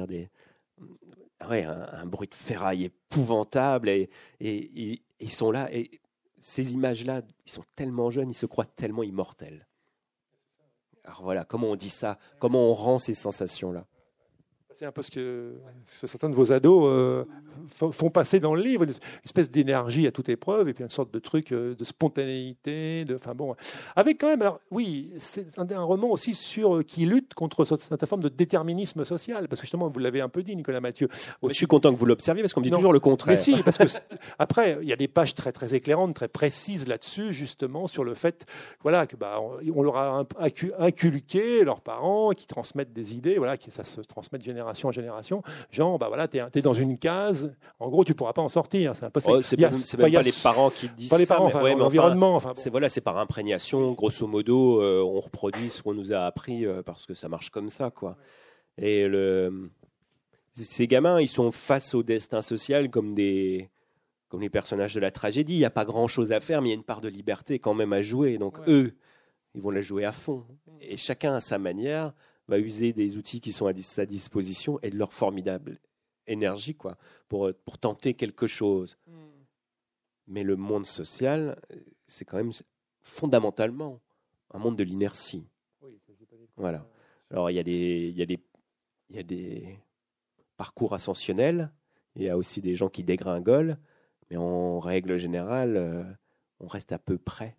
bruit de ferraille épouvantable. Et ils sont là. Et ces images-là, ils sont tellement jeunes, ils se croient tellement immortels. Alors voilà, comment on dit ça? Comment on rend ces sensations-là? C'est un peu ce que certains de vos ados font passer dans le livre, une espèce d'énergie à toute épreuve, et puis une sorte de truc de spontanéité, avec quand même, alors oui, c'est un roman aussi qui lutte contre cette forme de déterminisme social, parce que justement, vous l'avez un peu dit, Nicolas Mathieu. Je suis content que vous l'observiez, parce qu'on me dit toujours le contraire. Mais si, parce que après, il y a des pages très très éclairantes, très précises là-dessus, justement, sur le fait, voilà, que on leur a inculqué, leurs parents, qui transmettent des idées, voilà, ça se transmet de génération en génération, genre, t'es dans une case, en gros, tu pourras pas en sortir. C'est un peu ça. C'est même pas les parents qui disent pas les parents, ça, mais l'environnement. C'est par imprégnation, grosso modo, on reproduit ce qu'on nous a appris parce que ça marche comme ça, quoi. Et ces gamins, ils sont face au destin social comme les personnages de la tragédie. Il n'y a pas grand-chose à faire, mais il y a une part de liberté quand même à jouer. Donc eux, ils vont la jouer à fond. Et chacun à sa manière va user des outils qui sont à sa disposition et de leur formidable énergie, quoi, pour tenter quelque chose. Mais le monde social, c'est quand même fondamentalement un monde de l'inertie. Voilà. Alors il y a des parcours ascensionnels, il y a aussi des gens qui dégringolent, mais en règle générale, on reste à peu près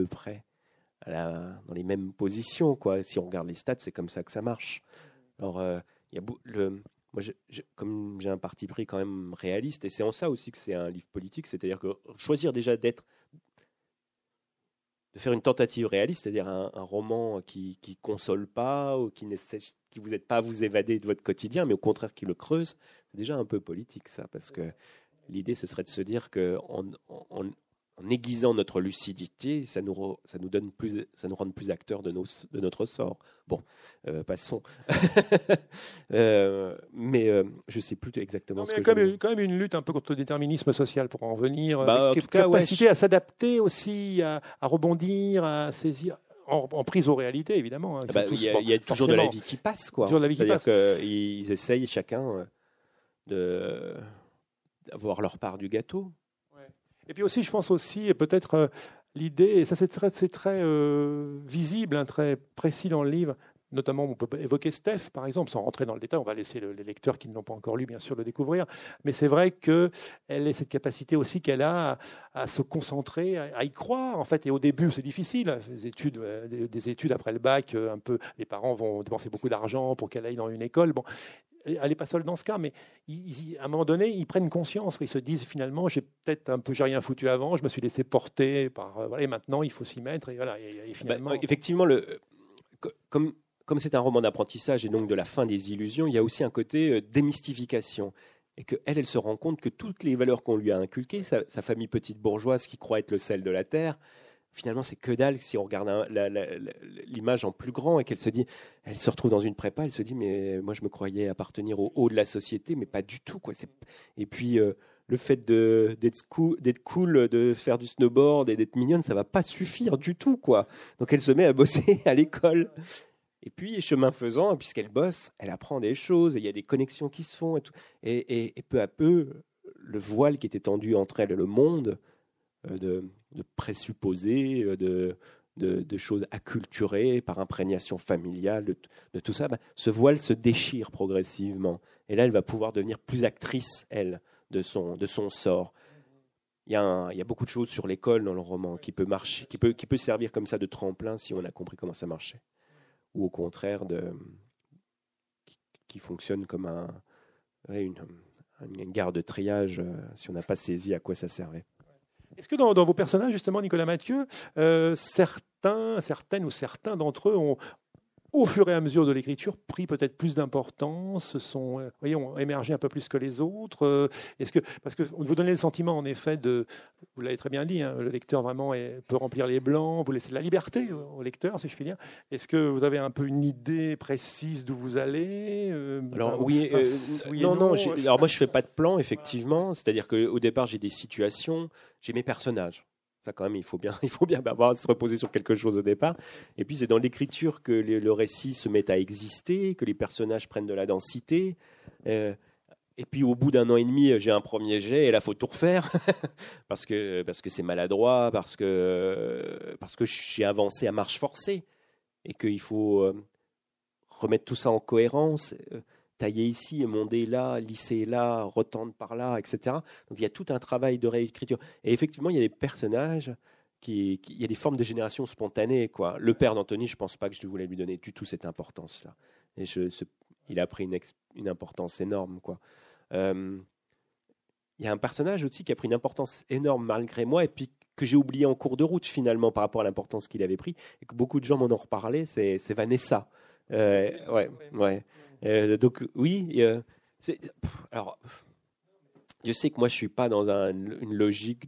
dans les mêmes positions, quoi. Si on regarde les stats, c'est comme ça que ça marche. Alors, moi, comme j'ai un parti pris quand même réaliste, et c'est en ça aussi que c'est un livre politique, c'est-à-dire que choisir déjà de faire une tentative réaliste, c'est-à-dire un roman qui console pas ou qui vous aide pas à vous évader de votre quotidien, mais au contraire qui le creuse, c'est déjà un peu politique, ça, parce que l'idée, ce serait de se dire que en aiguisant notre lucidité, ça nous rend plus acteurs de notre sort. Bon, passons. Mais je ne sais plus exactement ce que je... Il y a quand même une lutte un peu contre le déterminisme social pour en venir. En tout cas, capacité à s'adapter aussi, à rebondir, à saisir. En prise aux réalités, évidemment. Il y a toujours de la vie qui passe, quoi. C'est-à-dire qu'ils essayent chacun d'avoir leur part du gâteau. Et puis aussi, je pense aussi, peut-être l'idée, et ça c'est très visible, très précis dans le livre, notamment, on peut évoquer Steph, par exemple, sans rentrer dans le détail. On va laisser les lecteurs qui ne l'ont pas encore lu, bien sûr, le découvrir. Mais c'est vrai qu'elle a cette capacité aussi qu'elle a à se concentrer, à y croire, en fait. Et au début, c'est difficile. Des études après le bac, un peu, les parents vont dépenser beaucoup d'argent pour qu'elle aille dans une école. Bon, elle n'est pas seule dans ce cas, mais à un moment donné, ils prennent conscience. Ils se disent finalement, j'ai rien foutu avant, je me suis laissé porter par. Voilà, et maintenant, il faut s'y mettre. Et voilà. Et finalement, effectivement, comme c'est un roman d'apprentissage et donc de la fin des illusions, il y a aussi un côté démystification. Et qu'elle se rend compte que toutes les valeurs qu'on lui a inculquées, sa famille petite bourgeoise qui croit être le sel de la terre, finalement, c'est que dalle si on regarde l'image en plus grand et qu'elle se retrouve dans une prépa, elle se dit, mais moi je me croyais appartenir au haut de la société, mais pas du tout, quoi. Et puis, le fait d'être cool, de faire du snowboard et d'être mignonne, ça va pas suffire du tout, quoi. Donc elle se met à bosser à l'école. Et puis, chemin faisant, puisqu'elle bosse, elle apprend des choses, et il y a des connexions qui se font. Et peu à peu, le voile qui était tendu entre elle et le monde, de présupposés, de choses acculturées par imprégnation familiale, de tout ça, ce voile se déchire progressivement. Et là, elle va pouvoir devenir plus actrice, elle, de son sort. Il y a beaucoup de choses sur l'école dans le roman qui peut marcher, qui peut servir comme ça de tremplin si on a compris comment ça marchait. Ou au contraire, qui fonctionne comme une gare de triage si on n'a pas saisi à quoi ça servait. Est-ce que dans vos personnages, justement, Nicolas Mathieu, certaines ou certains d'entre eux ont, au fur et à mesure de l'écriture, pris peut-être plus d'importance, ont émergé un peu plus que les autres. Parce que vous donnez le sentiment, en effet, vous l'avez très bien dit, le lecteur vraiment peut remplir les blancs, vous laissez de la liberté au lecteur, si je puis dire. Est-ce que vous avez un peu une idée précise d'où vous allez Alors non. Alors moi, je fais pas de plan, effectivement. C'est-à-dire qu'au départ, j'ai des situations, j'ai mes personnages. Ça, quand même, il faut bien se reposer sur quelque chose au départ. Et puis, c'est dans l'écriture que le récit se met à exister, que les personnages prennent de la densité. Et puis, au bout d'1 an et demi, j'ai un premier jet et là, il faut tout refaire parce que c'est maladroit, parce que j'ai avancé à marche forcée et qu'il faut remettre tout ça en cohérence. Tailler ici, émonder là, lisser là, retendre par là, etc. Donc il y a tout un travail de réécriture. Et effectivement, il y a des personnages, il y a des formes de génération spontanée, quoi. Le père d'Anthony, je ne pense pas que je voulais lui donner du tout cette importance-là. Et il a pris une importance énorme, quoi. Il y a un personnage aussi qui a pris une importance énorme malgré moi, et puis que j'ai oublié en cours de route, finalement, par rapport à l'importance qu'il avait pris, et que beaucoup de gens m'en ont reparlé, c'est Vanessa. Ouais. Donc oui, alors je sais que moi je suis pas dans une logique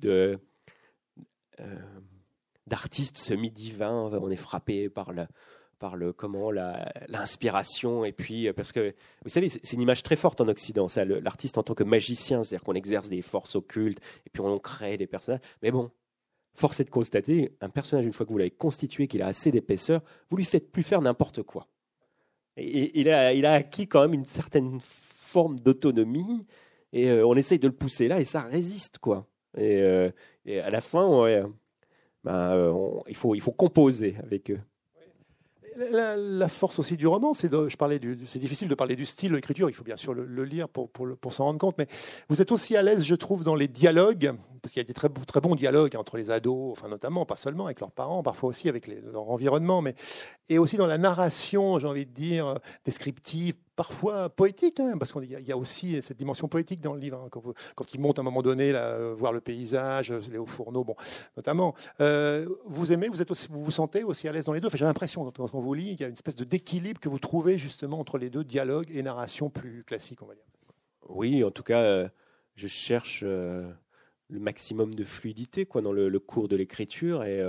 d'artiste semi-divin. On est frappé par l'inspiration, et puis parce que vous savez, c'est une image très forte en Occident, ça, l'artiste en tant que magicien, c'est-à-dire qu'on exerce des forces occultes et puis on crée des personnages. Mais bon, force est de constater, un personnage, une fois que vous l'avez constitué, qu'il a assez d'épaisseur, vous lui faites plus faire n'importe quoi. Et il a acquis quand même une certaine forme d'autonomie, et on essaye de le pousser là, et ça résiste, quoi. Et à la fin, il faut composer avec eux. La force aussi du roman, c'est difficile de parler du style de l'écriture, il faut bien sûr le lire pour s'en rendre compte, mais vous êtes aussi à l'aise, je trouve, dans les dialogues, parce qu'il y a des très, très bons dialogues entre les ados, enfin notamment, pas seulement avec leurs parents, parfois aussi avec leur environnement, et aussi dans la narration, j'ai envie de dire, descriptive, parfois poétique, parce qu'il y a aussi cette dimension poétique dans le livre, quand il monte à un moment donné, voir le paysage, les hauts fourneaux, notamment. Vous aimez, vous vous sentez aussi à l'aise dans les deux. Enfin, j'ai l'impression, quand on vous lit, qu'il y a une espèce d'équilibre que vous trouvez justement entre les deux, dialogue et narration plus classique, on va dire. Oui, en tout cas, je cherche le maximum de fluidité, quoi, dans le cours de l'écriture, et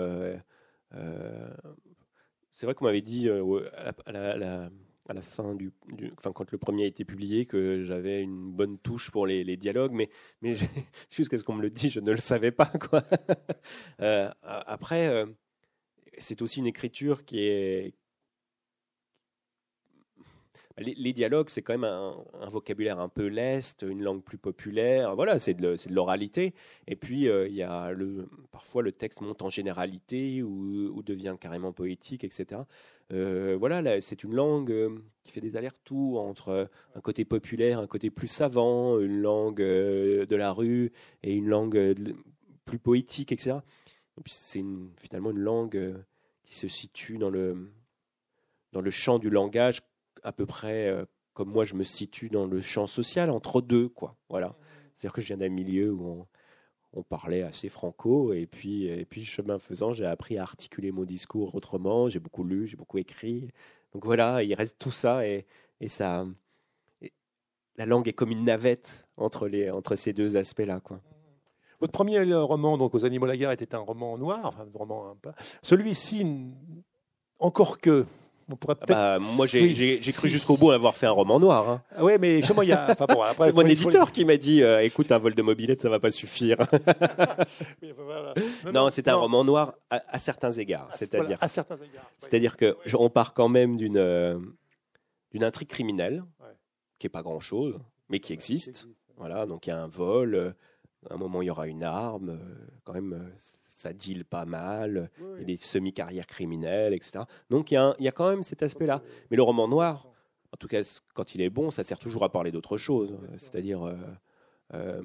c'est vrai qu'on m'avait dit à la fin quand le premier a été publié, que j'avais une bonne touche pour les dialogues, mais jusqu'à ce qu'on me le dise, je ne le savais pas, quoi. Après, c'est aussi une écriture qui est... les dialogues, c'est quand même un vocabulaire un peu leste, une langue plus populaire. Voilà, c'est de l'oralité. Et puis, il y a parfois le texte monte en généralité ou devient carrément poétique, etc. Voilà, là, c'est une langue qui fait des allers-retours entre un côté populaire, un côté plus savant, une langue de la rue et une langue plus poétique, etc. Et puis, c'est finalement une langue qui se situe dans le champ du langage, à peu près comme moi je me situe dans le champ social, entre deux, quoi. Voilà. C'est-à-dire que je viens d'un milieu où on parlait assez franco, et puis chemin faisant, j'ai appris à articuler mon discours autrement, j'ai beaucoup lu, j'ai beaucoup écrit. Donc voilà, il reste tout ça, et ça, la langue est comme une navette entre ces deux aspects-là, quoi. Votre premier roman, donc Aux Animaux la guerre, était un roman noir, enfin un roman un peu. Celui-ci, encore que. On pourrait peut-être. Moi, j'ai cru jusqu'au bout avoir fait un roman noir. Hein. Oui, mais justement, il y a. Enfin, bon, après, c'est mon éditeur qui m'a dit écoute, un vol de mobilette, ça ne va pas suffire. Oui, voilà. Non, c'est un roman noir à certains égards. C'est-à-dire, à certains égards. C'est-à-dire qu'on part quand même d'une intrigue criminelle, qui n'est pas grand-chose, mais qui existe. Voilà, donc il y a un vol. À un moment, il y aura une arme. Quand même. Ça deal pas mal, il y a des semi-carrières criminelles, etc. Donc il y a quand même cet aspect-là. Mais le roman noir, en tout cas quand il est bon, ça sert toujours à parler d'autre chose, c'est-à-dire à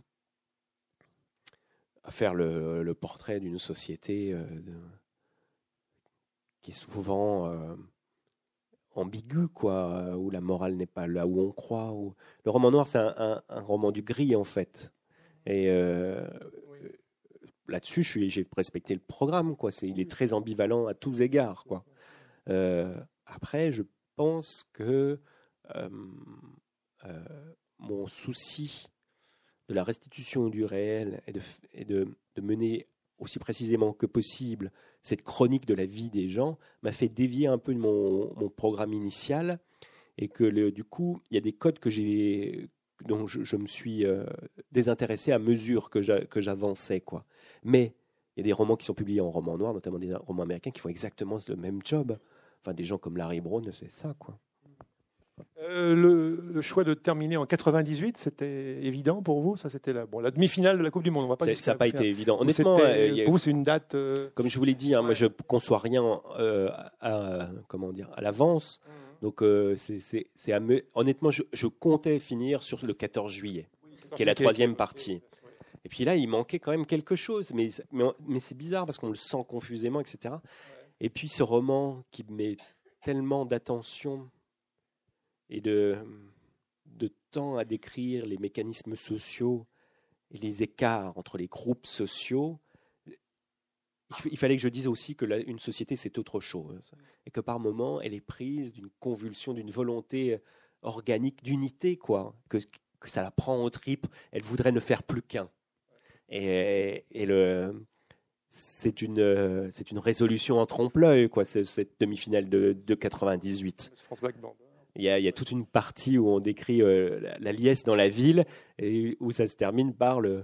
faire le portrait d'une société qui est souvent ambiguë, quoi, où la morale n'est pas là où on croit. Le roman noir, c'est un roman du gris, en fait. Et là-dessus, j'ai respecté le programme, quoi. Il est très ambivalent à tous égards, quoi. Après, je pense que mon souci de la restitution du réel et de mener aussi précisément que possible cette chronique de la vie des gens m'a fait dévier un peu de mon programme initial, et que du coup, il y a des codes dont je me suis désintéressé à mesure que j'avançais, quoi. Mais il y a des romans qui sont publiés en roman noir, notamment des romans américains, qui font exactement le même job. Enfin, des gens comme Larry Brown, c'est ça, quoi. Le choix de terminer en 98, c'était évident pour vous? Ça, c'était la demi-finale de la Coupe du Monde. On va pas ça n'a pas été évident. Honnêtement, pour vous, c'est une date. Comme je vous l'ai dit, moi, je ne conçois rien à l'avance. Donc, honnêtement, je comptais finir sur le 14 juillet, qui est la troisième partie. Et puis là, il manquait quand même quelque chose. Mais c'est bizarre parce qu'on le sent confusément, etc. Et puis ce roman qui met tellement d'attention et de temps à décrire les mécanismes sociaux et les écarts entre les groupes sociaux, il fallait que je dise aussi que une société, c'est autre chose. Et que par moments, elle est prise d'une convulsion, d'une volonté organique, d'unité, quoi. Que ça la prend aux tripes. Elle voudrait ne faire plus qu'un. Et c'est une résolution en trompe-l'œil, quoi, cette demi-finale de 98. Il y a toute une partie où on décrit la liesse dans la ville, et où ça se termine par le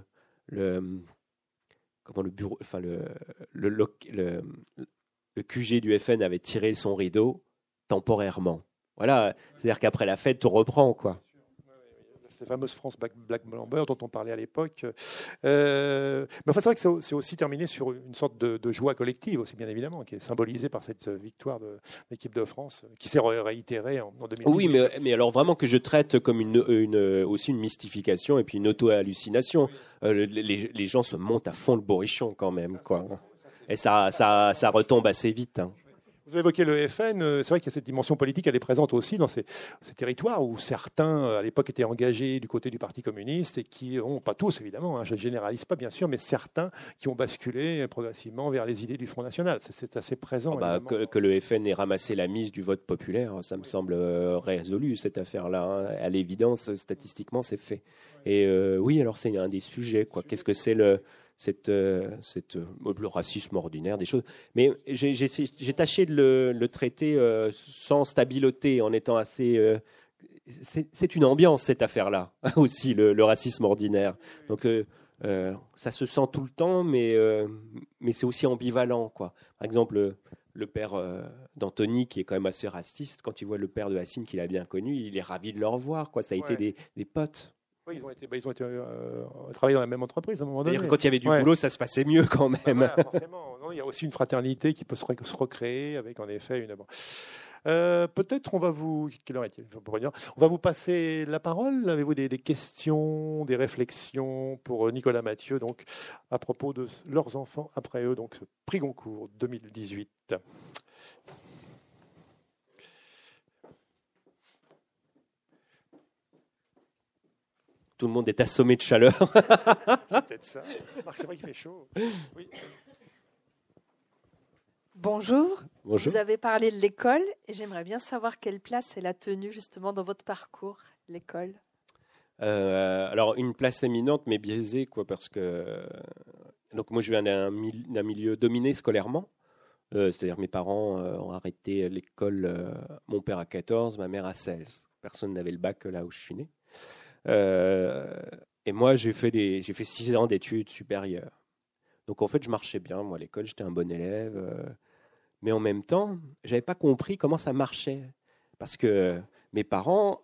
bureau, enfin le QG du FN avait tiré son rideau temporairement. Voilà, c'est-à-dire qu'après la fête, tout reprend, quoi. Ces fameuses France Black Blamber dont on parlait à l'époque. Mais enfin, c'est vrai que c'est aussi terminé sur une sorte de joie collective, aussi bien évidemment, qui est symbolisée par cette victoire de l'équipe de France, qui s'est réitérée en 2018. Oui, mais alors vraiment que je traite comme aussi une mystification et puis une auto-hallucination. Les gens se montent à fond le bourrichon quand même, quoi. Et ça retombe assez vite, hein. Vous évoquez le FN, c'est vrai qu'il y a cette dimension politique, elle est présente aussi dans ces territoires où certains, à l'époque, étaient engagés du côté du Parti communiste et qui ont, pas tous évidemment, je ne généralise pas bien sûr, mais certains qui ont basculé progressivement vers les idées du Front National. C'est assez présent. Que le FN ait ramassé la mise du vote populaire, ça me semble résolu, cette affaire-là, hein. À l'évidence, statistiquement, c'est fait. Et oui, alors c'est un des sujets, quoi. Qu'est-ce que c'est le racisme ordinaire, des choses. Mais j'ai tâché de le traiter sans stabiloter, en étant assez... c'est une ambiance, cette affaire-là, aussi, le racisme ordinaire. Donc, ça se sent tout le temps, mais c'est aussi ambivalent, quoi. Par exemple, le père d'Anthony, qui est quand même assez raciste, quand il voit le père de Hassine, qu'il a bien connu, il est ravi de le revoir. Quoi. Ça a été des potes. Oui, ils ont été travaillé dans la même entreprise à un moment donné. C'est-à-dire que quand il y avait du boulot, ça se passait mieux quand même. Voilà, forcément. Non, il y a aussi une fraternité qui peut se recréer avec, en effet, une... peut-être on va vous... Quelle heure est-il ? On va vous passer la parole. Avez-vous des questions, des réflexions pour Nicolas Mathieu, donc, à propos de leurs enfants après eux, donc ce prix Goncourt 2018. Tout le monde est assommé de chaleur. C'est peut-être ça. C'est vrai qu'il fait chaud. Oui. Bonjour. Bonjour. Vous avez parlé de l'école et j'aimerais bien savoir quelle place elle a tenue justement dans votre parcours, l'école. Alors, une place éminente, mais biaisée, quoi, parce que donc moi, je viens d'un milieu dominé scolairement. C'est-à-dire mes parents ont arrêté l'école, mon père à 14, ma mère à 16. Personne n'avait le bac là où je suis né. Et moi, j'ai fait 6 ans d'études supérieures. Donc, en fait, je marchais bien. Moi, à l'école, j'étais un bon élève. Mais en même temps, je n'avais pas compris comment ça marchait. Parce que mes parents...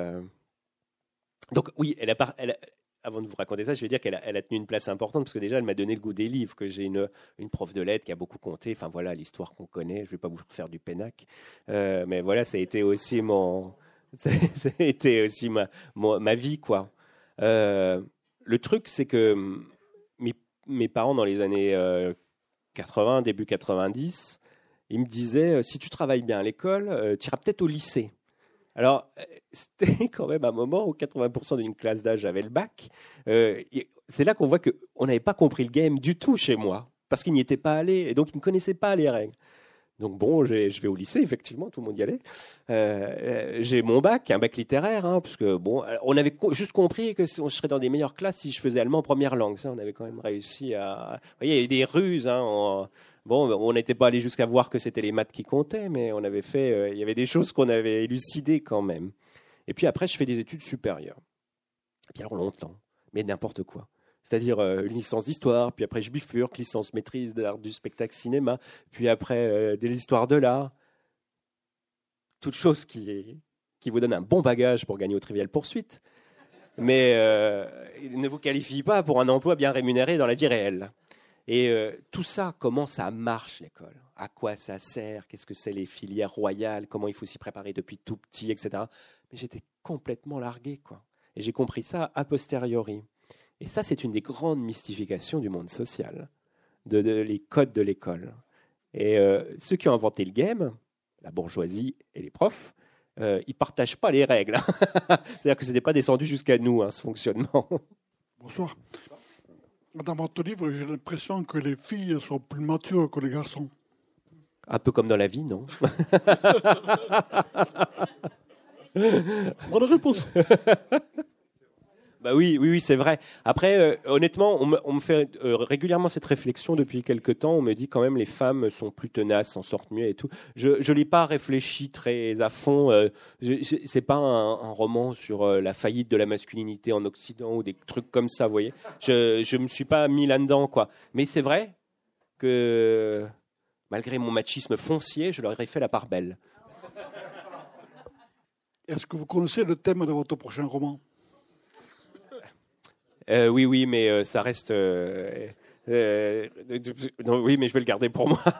Donc, oui, avant de vous raconter ça, je vais dire qu'elle a tenu une place importante parce que déjà, elle m'a donné le goût des livres, que j'ai une prof de lettres qui a beaucoup compté. Enfin, voilà, l'histoire qu'on connaît. Je ne vais pas vous faire du pénac. Mais voilà, ça a été aussi ça a été aussi ma vie, quoi. Le truc, c'est que mes parents, dans les années 80, début 90, ils me disaient, si tu travailles bien à l'école, tu iras peut-être au lycée. Alors, c'était quand même un moment où 80% d'une classe d'âge avait le bac. C'est là qu'on voit qu'on n'avait pas compris le game du tout chez moi, parce qu'ils n'y étaient pas allés, et donc ils ne connaissaient pas les règles. Donc bon, je vais au lycée, effectivement, tout le monde y allait. J'ai mon bac, un bac littéraire, parce que bon, on avait juste compris que je serais dans des meilleures classes si je faisais allemand en première langue. Ça, on avait quand même réussi à... Vous voyez, il y avait des ruses. Bon, on n'était pas allé jusqu'à voir que c'était les maths qui comptaient, mais on avait fait... il y avait des choses qu'on avait élucidées quand même. Et puis après, je fais des études supérieures. Et puis alors longtemps, mais n'importe quoi. C'est-à-dire une licence d'histoire, puis après je bifurque, licence maîtrise d'art du spectacle cinéma, puis après des histoires de l'art. Toute chose qui vous donne un bon bagage pour gagner au Trivial Poursuite, mais ne vous qualifie pas pour un emploi bien rémunéré dans la vie réelle. Et tout ça, comment ça marche l'école ? À quoi ça sert ? Qu'est-ce que c'est les filières royales ? Comment il faut s'y préparer depuis tout petit, etc. Mais j'étais complètement largué, quoi. Et j'ai compris ça a posteriori. Et ça, c'est une des grandes mystifications du monde social, les codes de l'école. Et ceux qui ont inventé le game, la bourgeoisie et les profs, ils ne partagent pas les règles. C'est-à-dire que ce n'était pas descendu jusqu'à nous, ce fonctionnement. Bonsoir. Dans votre livre, j'ai l'impression que les filles sont plus matures que les garçons. Un peu comme dans la vie, non ? Bonne réponse. Bah oui, c'est vrai. Après, honnêtement, on me fait régulièrement cette réflexion depuis quelque temps. On me dit quand même les femmes sont plus tenaces, s'en sortent mieux et tout. Je l'ai pas réfléchi très à fond. C'est pas un roman sur la faillite de la masculinité en Occident ou des trucs comme ça, vous voyez. Je me suis pas mis là-dedans, quoi. Mais c'est vrai que malgré mon machisme foncier, je leur ai fait la part belle. Est-ce que vous connaissez le thème de votre prochain roman ? Oui, mais ça reste... non, oui, mais je vais le garder pour moi.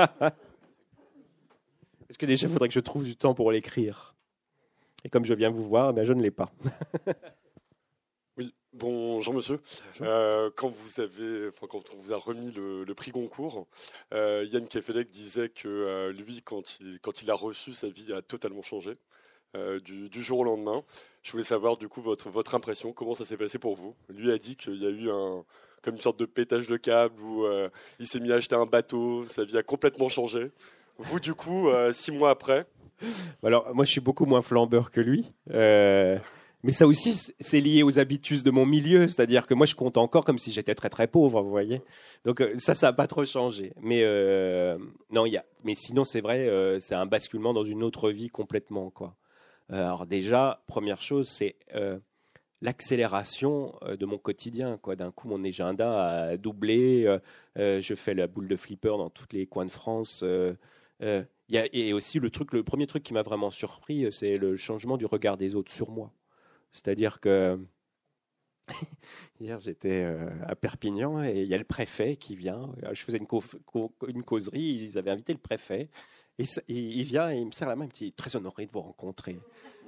Parce que déjà, il faudrait que je trouve du temps pour l'écrire. Et comme je viens vous voir, je ne l'ai pas. Oui, bonjour monsieur. Quand on vous a remis le prix Goncourt, Yann Kefelec disait que lui, quand il a reçu, sa vie a totalement changé. Du jour au lendemain. Je voulais savoir du coup votre impression, comment ça s'est passé pour vous. Lui a dit qu'il y a eu comme une sorte de pétage de câble où il s'est mis à acheter un bateau, sa vie a complètement changé. Vous du coup, 6 mois après. Alors moi je suis beaucoup moins flambeur que lui, mais ça aussi c'est lié aux habitudes de mon milieu, c'est-à-dire que moi je compte encore comme si j'étais très très pauvre, vous voyez. Donc ça n'a pas trop changé. Mais non, mais sinon c'est vrai, c'est un basculement dans une autre vie complètement, quoi. Alors déjà, première chose, c'est l'accélération de mon quotidien, quoi. D'un coup, mon agenda a doublé. Je fais la boule de flipper dans tous les coins de France. Et aussi le premier truc qui m'a vraiment surpris, c'est le changement du regard des autres sur moi. C'est-à-dire que hier j'étais à Perpignan et il y a le préfet qui vient. Je faisais une causerie, ils avaient invité le préfet. Et il vient et il me serre la main, il me dit « Très honoré de vous rencontrer ».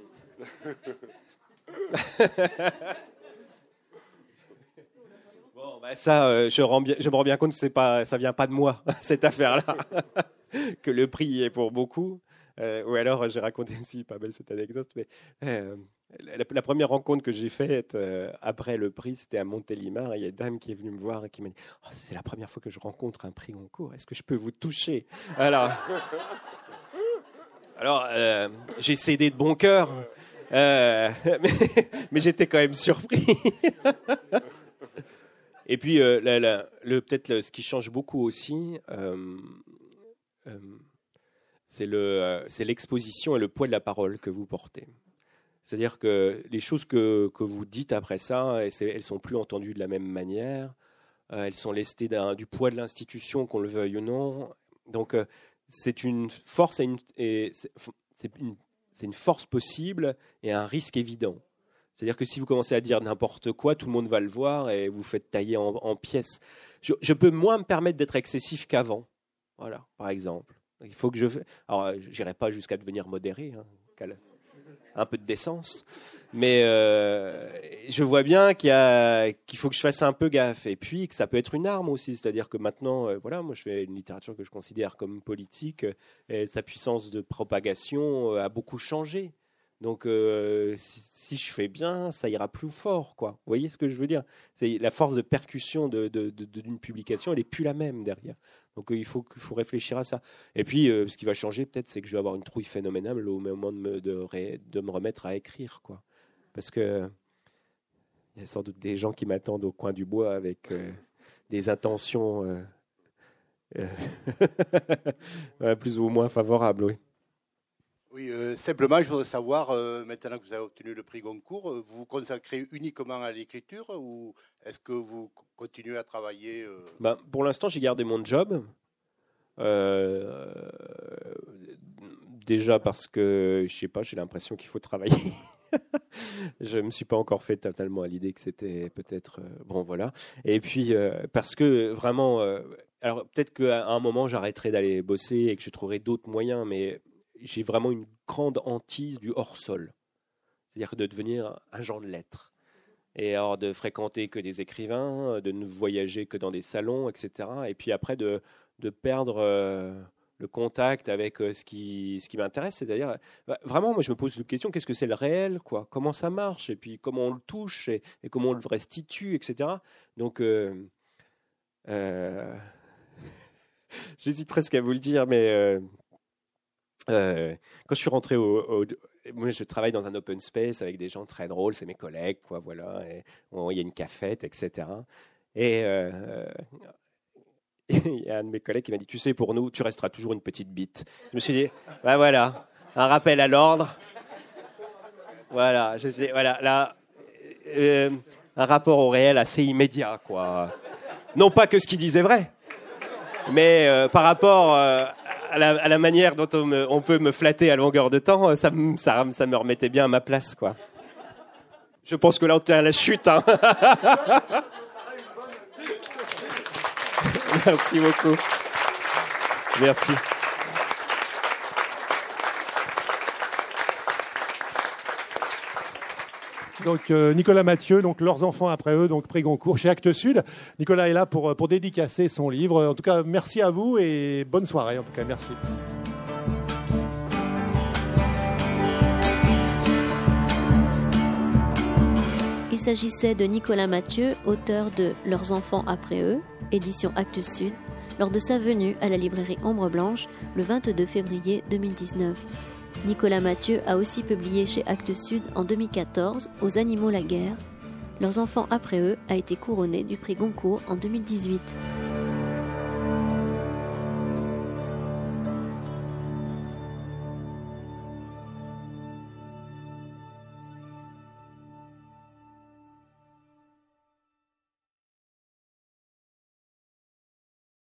Bon, ben ça, je me rends bien compte que ça vient pas de moi, cette affaire-là, que le prix est pour beaucoup. Ou alors, j'ai raconté aussi, pas belle cette anecdote, mais la première rencontre que j'ai faite après le prix, c'était à Montélimar. Il y a une dame qui est venue me voir et qui m'a dit « C'est la première fois que je rencontre un prix Goncourt, est-ce que je peux vous toucher ?» Alors, j'ai cédé de bon cœur, mais j'étais quand même surpris. Et puis, peut-être ce qui change beaucoup aussi, c'est l'exposition et le poids de la parole que vous portez. C'est-à-dire que les choses que vous dites après ça, elles sont plus entendues de la même manière. Elles sont lestées du poids de l'institution, qu'on le veuille ou non. Donc, c'est une force c'est une force possible et un risque évident. C'est-à-dire que si vous commencez à dire n'importe quoi, tout le monde va le voir et vous faites tailler en pièces. Je peux moins me permettre d'être excessif qu'avant. Voilà, par exemple. Il faut que alors, j'irai pas jusqu'à devenir modéré, hein, un peu de décence, mais je vois bien qu'il faut que je fasse un peu gaffe, et puis que ça peut être une arme aussi, c'est-à-dire que maintenant, moi je fais une littérature que je considère comme politique, et sa puissance de propagation a beaucoup changé. Donc, si je fais bien, ça ira plus fort, quoi. Vous voyez ce que je veux dire ? C'est la force de percussion d'une publication, elle n'est plus la même derrière. Donc, il faut réfléchir à ça. Et puis, ce qui va changer, peut-être, c'est que je vais avoir une trouille phénoménale au moment de me remettre à écrire, quoi. Parce que il y a sans doute des gens qui m'attendent au coin du bois avec des intentions plus ou moins favorables, oui. Oui, simplement, je voudrais savoir, maintenant que vous avez obtenu le prix Goncourt, vous vous consacrez uniquement à l'écriture ou est-ce que vous continuez à travailler Pour l'instant, j'ai gardé mon job. Déjà parce que, je sais pas, j'ai l'impression qu'il faut travailler. Je ne me suis pas encore fait totalement à l'idée que c'était peut-être... bon, voilà. Et puis, parce que vraiment... alors, peut-être qu'à un moment, j'arrêterai d'aller bosser et que je trouverai d'autres moyens, mais... j'ai vraiment une grande hantise du hors-sol. C'est-à-dire de devenir un genre de lettres. Et alors de fréquenter que des écrivains, de ne voyager que dans des salons, etc. Et puis après de perdre le contact avec ce qui m'intéresse. C'est-à-dire, vraiment, moi je me pose la question, qu'est-ce que c'est le réel, quoi ? Comment ça marche ? Et puis comment on le touche et comment on le restitue, etc. Donc, j'hésite presque à vous le dire, mais... quand je suis rentré moi je travaille dans un open space avec des gens très drôles, c'est mes collègues, quoi, voilà. Il y a une cafette, etc. Et il y a un de mes collègues qui m'a dit, tu sais, pour nous, tu resteras toujours une petite bite. Je me suis dit, voilà, un rappel à l'ordre. Voilà, je sais, voilà, là, un rapport au réel assez immédiat, quoi. Non pas que ce qu'il disait vrai, mais par rapport à la manière dont on peut me flatter à longueur de temps, ça me remettait bien à ma place, quoi. Je pense que là, on tient à la chute, hein. Merci beaucoup. Merci. Donc Nicolas Mathieu, donc Leurs enfants après eux, donc prix Goncourt chez Actes Sud. Nicolas est là pour dédicacer son livre. En tout cas, merci à vous et bonne soirée. En tout cas, merci. Il s'agissait de Nicolas Mathieu, auteur de Leurs enfants après eux, édition Actes Sud, lors de sa venue à la librairie Ombre Blanche le 22 février 2019. Nicolas Mathieu a aussi publié chez Actes Sud en 2014 Aux animaux la guerre. Leurs enfants après eux a été couronné du prix Goncourt en 2018.